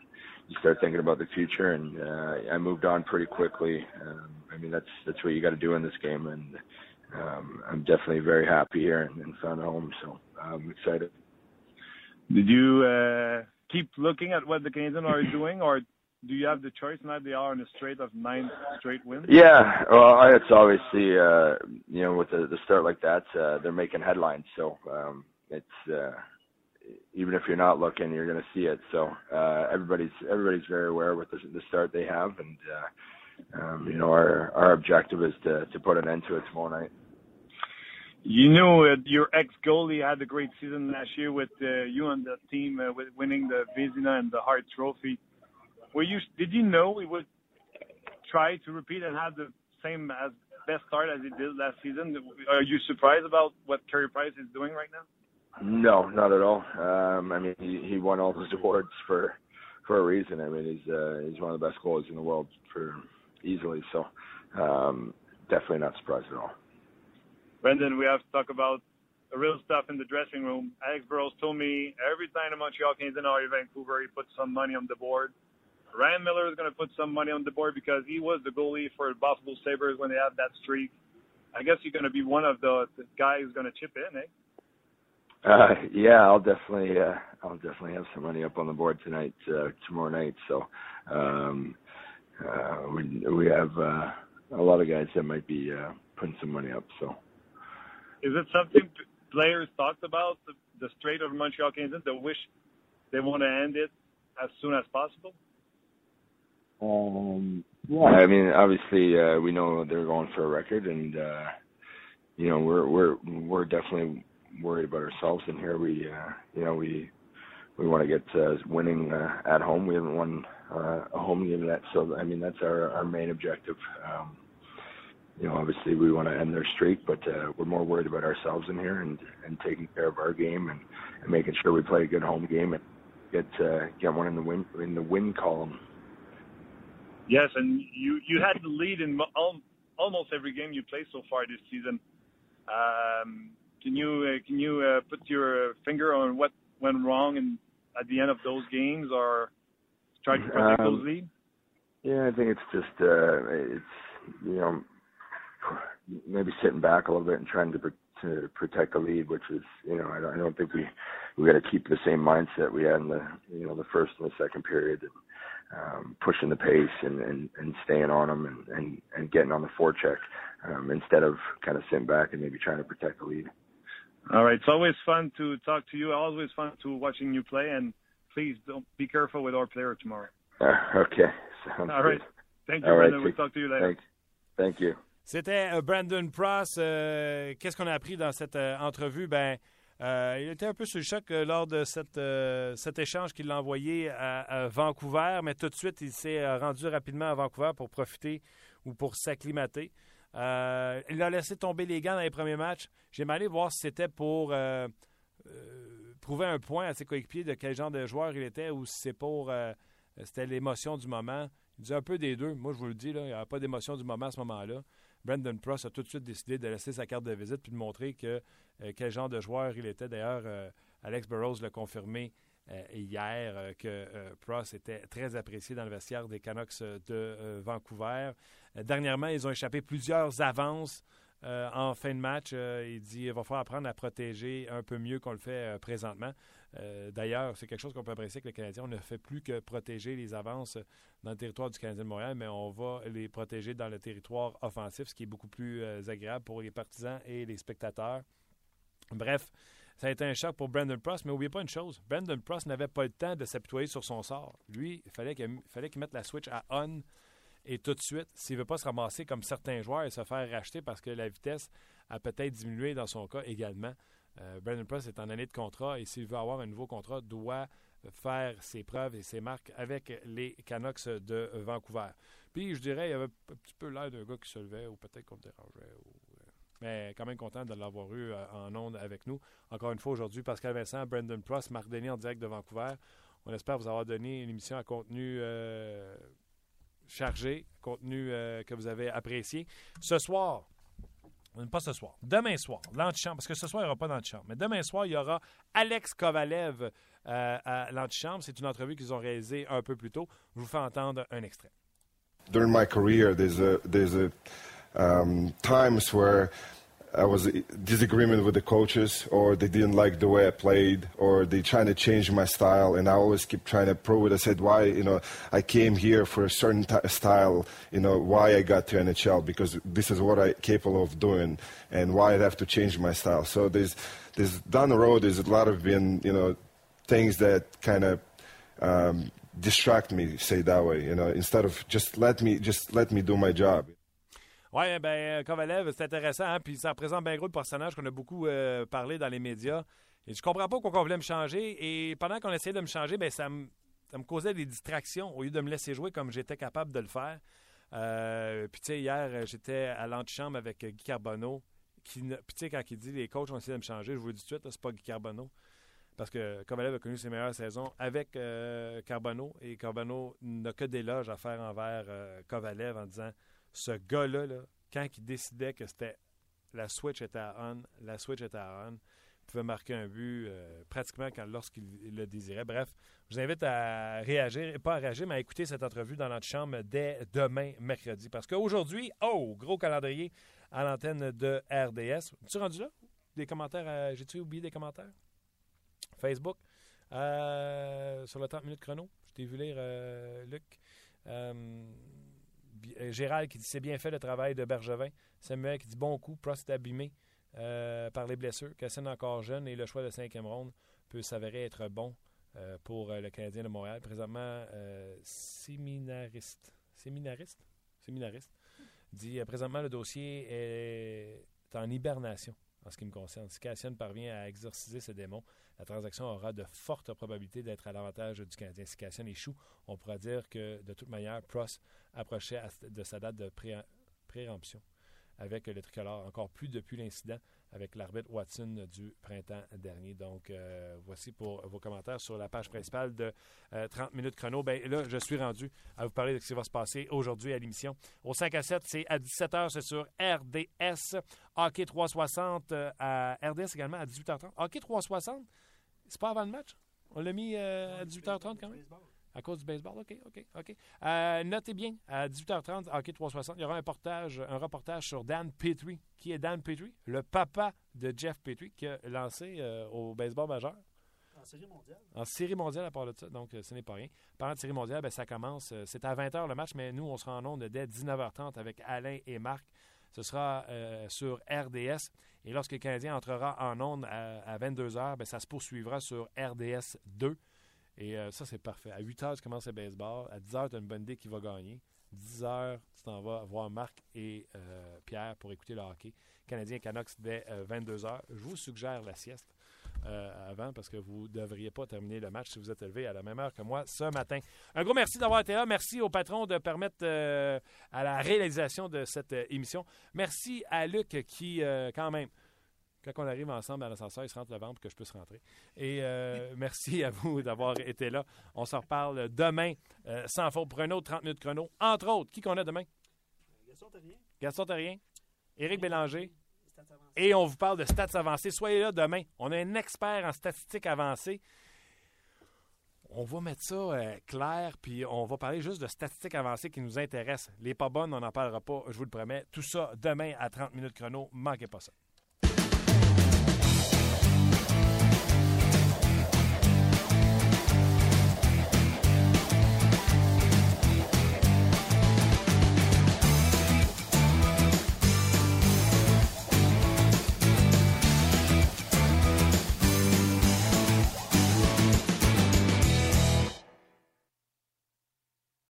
you start thinking about the future, and uh, I moved on pretty quickly. Um, I mean, that's that's what you got to do in this game, and um, I'm definitely very happy here and, and found a home, so I'm excited. Did you uh, keep looking at what the Canadiens are doing, or do you have the choice now? They are on a straight of nine straight wins. Yeah, well, it's obviously uh, you know, with the, the start like that, uh, they're making headlines, so um, it's. Uh, Even if you're not looking, you're going to see it. So uh, everybody's everybody's very aware with the, the start they have, and uh, um, you know our our objective is to to put an end to it tomorrow night. You know, uh, your ex-goalie had a great season last year with uh, you on the team, uh, with winning the Vezina and the Hart Trophy. Were you? Did you know he would try to repeat and have the same as best start as he did last season? Are you surprised about what Carey Price is doing right now? No, not at all. Um, I mean, he, he won all those awards for for a reason. I mean, he's uh, he's one of the best goalies in the world for easily. So um, definitely not surprised at all. Brendan, we have to talk about the real stuff in the dressing room. Alex Burrows told me every time the Montreal Canadiens are in Vancouver, he puts some money on the board. Ryan Miller is going to put some money on the board because he was the goalie for the Buffalo Sabres when they had that streak. I guess you're going to be one of the, the guys who's going to chip in, eh? Uh, yeah, I'll definitely, uh, I'll definitely have some money up on the board tonight, uh, tomorrow night. So, um, uh, we, we have, uh, a lot of guys that might be, uh, putting some money up. So, is it something players talked about, the, the Strait of Montreal Canadiens, they wish they want to end it as soon as possible? Um, yeah, I mean, obviously, uh, we know they're going for a record, and, uh, you know, we're, we're, we're definitely worried about ourselves in here. We, uh, you know, we we want to get uh, winning uh, at home. We haven't won uh, a home game yet, so I mean that's our, our main objective. Um, you know, obviously we want to end their streak, but uh, we're more worried about ourselves in here and, and taking care of our game and, and making sure we play a good home game and get uh, get one in the win in the win column. Yes, and you you had the lead in almost every game you played so far this season. Um, Can you uh, can you uh, put your finger on what went wrong in, at the end of those games, or try to protect um, those leads? Yeah, I think it's just uh, it's you know maybe sitting back a little bit and trying to to protect the lead, which is you know I don't, I don't think we we got to keep the same mindset we had in the you know the first and the second period, and um, pushing the pace and, and, and staying on them and, and, and getting on the forecheck um, instead of kind of sitting back and maybe trying to protect the lead. All right. It's always fun to talk to you. Always fun to watching you play. And please don't be careful with our player tomorrow. Uh, okay. Sounds All right. good. Thank you, All Brandon. right. We'll talk to you later. Thank, thank you. C'était euh, Brandon Pross. Euh, qu'est-ce qu'on a appris dans cette euh, entrevue? Ben, euh, il était un peu sous le choc euh, lors de cette, euh, cet échange qu'il a envoyé à, à Vancouver, mais tout de suite, il s'est euh, rendu rapidement à Vancouver pour profiter ou pour s'acclimater. Euh, il a laissé tomber les gants dans les premiers matchs. J'ai mal allé voir si c'était pour euh, euh, prouver un point à ses coéquipiers de quel genre de joueur il était ou si c'est pour euh, c'était l'émotion du moment. Il dit un peu des deux. Moi, je vous le dis, là, il n'y a pas d'émotion du moment à ce moment-là. Brandon Pross a tout de suite décidé de laisser sa carte de visite puis de montrer que, euh, quel genre de joueur il était. D'ailleurs, euh, Alex Burrows l'a confirmé euh, hier euh, que euh, Pross était très apprécié dans le vestiaire des Canucks de euh, Vancouver. Euh, dernièrement, ils ont échappé plusieurs avances euh, en fin de match. Euh, il dit qu'il va falloir apprendre à protéger un peu mieux qu'on le fait euh, présentement. Euh, d'ailleurs, c'est quelque chose qu'on peut apprécier avec le Canadien. On ne fait plus que protéger les avances dans le territoire du Canadien de Montréal, mais on va les protéger dans le territoire offensif, ce qui est beaucoup plus euh, agréable pour les partisans et les spectateurs. Bref, ça a été un choc pour Brandon Pross, mais n'oubliez pas une chose, Brandon Pross n'avait pas le temps de s'apitoyer sur son sort. Lui, il fallait qu'il, il fallait qu'il mette la switch à on et tout de suite, s'il ne veut pas se ramasser comme certains joueurs et se faire racheter parce que la vitesse a peut-être diminué dans son cas également. Euh, Brandon Pross est en année de contrat et s'il veut avoir un nouveau contrat, doit faire ses preuves et ses marques avec les Canucks de Vancouver. Puis, je dirais, il y avait un petit peu l'air d'un gars qui se levait ou peut-être qu'on me dérangeait. Ou... Mais quand même content de l'avoir eu en ondes avec nous. Encore une fois, aujourd'hui, Pascal Vincent, Brandon Pross, Marc Denis en direct de Vancouver. On espère vous avoir donné une émission à contenu euh, chargé, contenu euh, que vous avez apprécié. Ce soir, pas ce soir, demain soir, l'antichambre, parce que ce soir, il n'y aura pas d'antichambre, mais demain soir, il y aura Alex Kovalev euh, à l'antichambre. C'est une entrevue qu'ils ont réalisée un peu plus tôt. Je vous fais entendre un extrait. During my career, there's a, there's a, um, times where I was in disagreement with the coaches, or they didn't like the way I played, or they trying to change my style, and I always keep trying to prove it. I said, why, you know, I came here for a certain t- style, you know, why I got to N H L, because this is what I'm capable of doing, and why I'd have to change my style. So there's, there's down the road, there's a lot of been, you know, things that kind of um, distract me, say that way, you know, instead of just let me, just let me do my job. Oui, bien, Kovalev, c'est intéressant, hein? Puis ça représente bien gros le personnage qu'on a beaucoup euh, parlé dans les médias. Et je comprends pas pourquoi on voulait me changer. Et pendant qu'on essayait de me changer, bien, ça me ça me causait des distractions au lieu de me laisser jouer comme j'étais capable de le faire. Euh, puis tu sais, hier, j'étais à l'antichambre avec Guy Carbonneau. Qui, puis tu sais, quand il dit les coachs ont essayé de me changer, je vous le dis tout de suite, là, c'est pas Guy Carbonneau. Parce que Kovalev a connu ses meilleures saisons avec euh, Carbonneau. Et Carbonneau n'a que des éloges à faire envers euh, Kovalev en disant... Ce gars-là, là, quand il décidait que c'était la switch était à on, la switch était à on, il pouvait marquer un but euh, pratiquement quand, lorsqu'il le désirait. Bref, je vous invite à réagir, pas à réagir, mais à écouter cette entrevue dans l'antichambre dès demain, mercredi. Parce qu'aujourd'hui, oh, gros calendrier à l'antenne de R D S. Es-tu rendu là? Des commentaires, euh, j'ai-tu oublié des commentaires? Facebook, euh, sur le trente minutes chrono. Je t'ai vu lire, euh, Luc. Euh, Gérald qui dit c'est bien fait le travail de Bergevin. Samuel qui dit bon coup, Prost est abîmé euh, par les blessures. Cassine encore jeune et le choix de cinquième ronde peut s'avérer être bon euh, pour euh, le Canadien de Montréal. Présentement, euh, séminariste. Séminariste? Séminariste. Dit euh, présentement le dossier est en hibernation en ce qui me concerne. Si Cassian parvient à exorciser ce démon, la transaction aura de fortes probabilités d'être à l'avantage du Canadien. Si Cassian échoue, on pourra dire que, de toute manière, Prost approchait de sa date de pré- préemption avec le tricolore, encore plus depuis l'incident avec l'arbitre Watson du printemps dernier. Donc, euh, voici pour vos commentaires sur la page principale de euh, trente minutes chrono. Bien, là, je suis rendu à vous parler de ce qui va se passer aujourd'hui à l'émission. Au cinq à sept, c'est à dix-sept heures, c'est sur R D S. Hockey trois cent soixante euh, à R D S également à dix-huit heures trente. Hockey trois cent soixante, c'est pas avant le match? On l'a mis euh, à dix-huit heures trente quand même? À cause du baseball, OK, OK, OK. Euh, notez bien, à dix-huit heures trente, Hockey trois cent soixante, il y aura un reportage, un reportage sur Dan Petrie. Qui est Dan Petrie? Le papa de Jeff Petrie, qui a lancé euh, au baseball majeur. En série mondiale. En série mondiale à part de ça, donc euh, ce n'est pas rien. Pendant la série mondiale, ben, ça commence, euh, c'est à vingt heures le match, mais nous, on sera en ondes dès dix-neuf heures trente avec Alain et Marc. Ce sera euh, sur R D S. Et lorsque le Canadien entrera en ondes à, à vingt-deux heures, ben, ça se poursuivra sur R D S deux. Et euh, ça, c'est parfait. À huit heures, tu commences le baseball. À dix heures, tu as une bonne idée qui va gagner. dix heures, tu t'en vas voir Marc et euh, Pierre pour écouter le hockey. Canadien Canucks dès euh, vingt-deux heures. Je vous suggère la sieste euh, avant parce que vous ne devriez pas terminer le match si vous êtes élevé à la même heure que moi ce matin. Un gros merci d'avoir été là. Merci au patron de permettre euh, à la réalisation de cette euh, émission. Merci à Luc qui, euh, quand même, quand on arrive ensemble à l'ascenseur, il se rentre le ventre pour que je puisse rentrer. Et euh, merci à vous d'avoir été là. On s'en reparle demain, euh, sans faute, pour un autre trente minutes chrono. Entre autres, qui qu'on a demain? Gaston Terrien. Gaston Terrien, Éric Bélanger. Et on vous parle de stats avancées. Soyez là demain. On a un expert en statistiques avancées. On va mettre ça euh, clair, puis on va parler juste de statistiques avancées qui nous intéressent. Les pas bonnes, on n'en parlera pas, je vous le promets. Tout ça demain à trente minutes chrono. Manquez pas ça.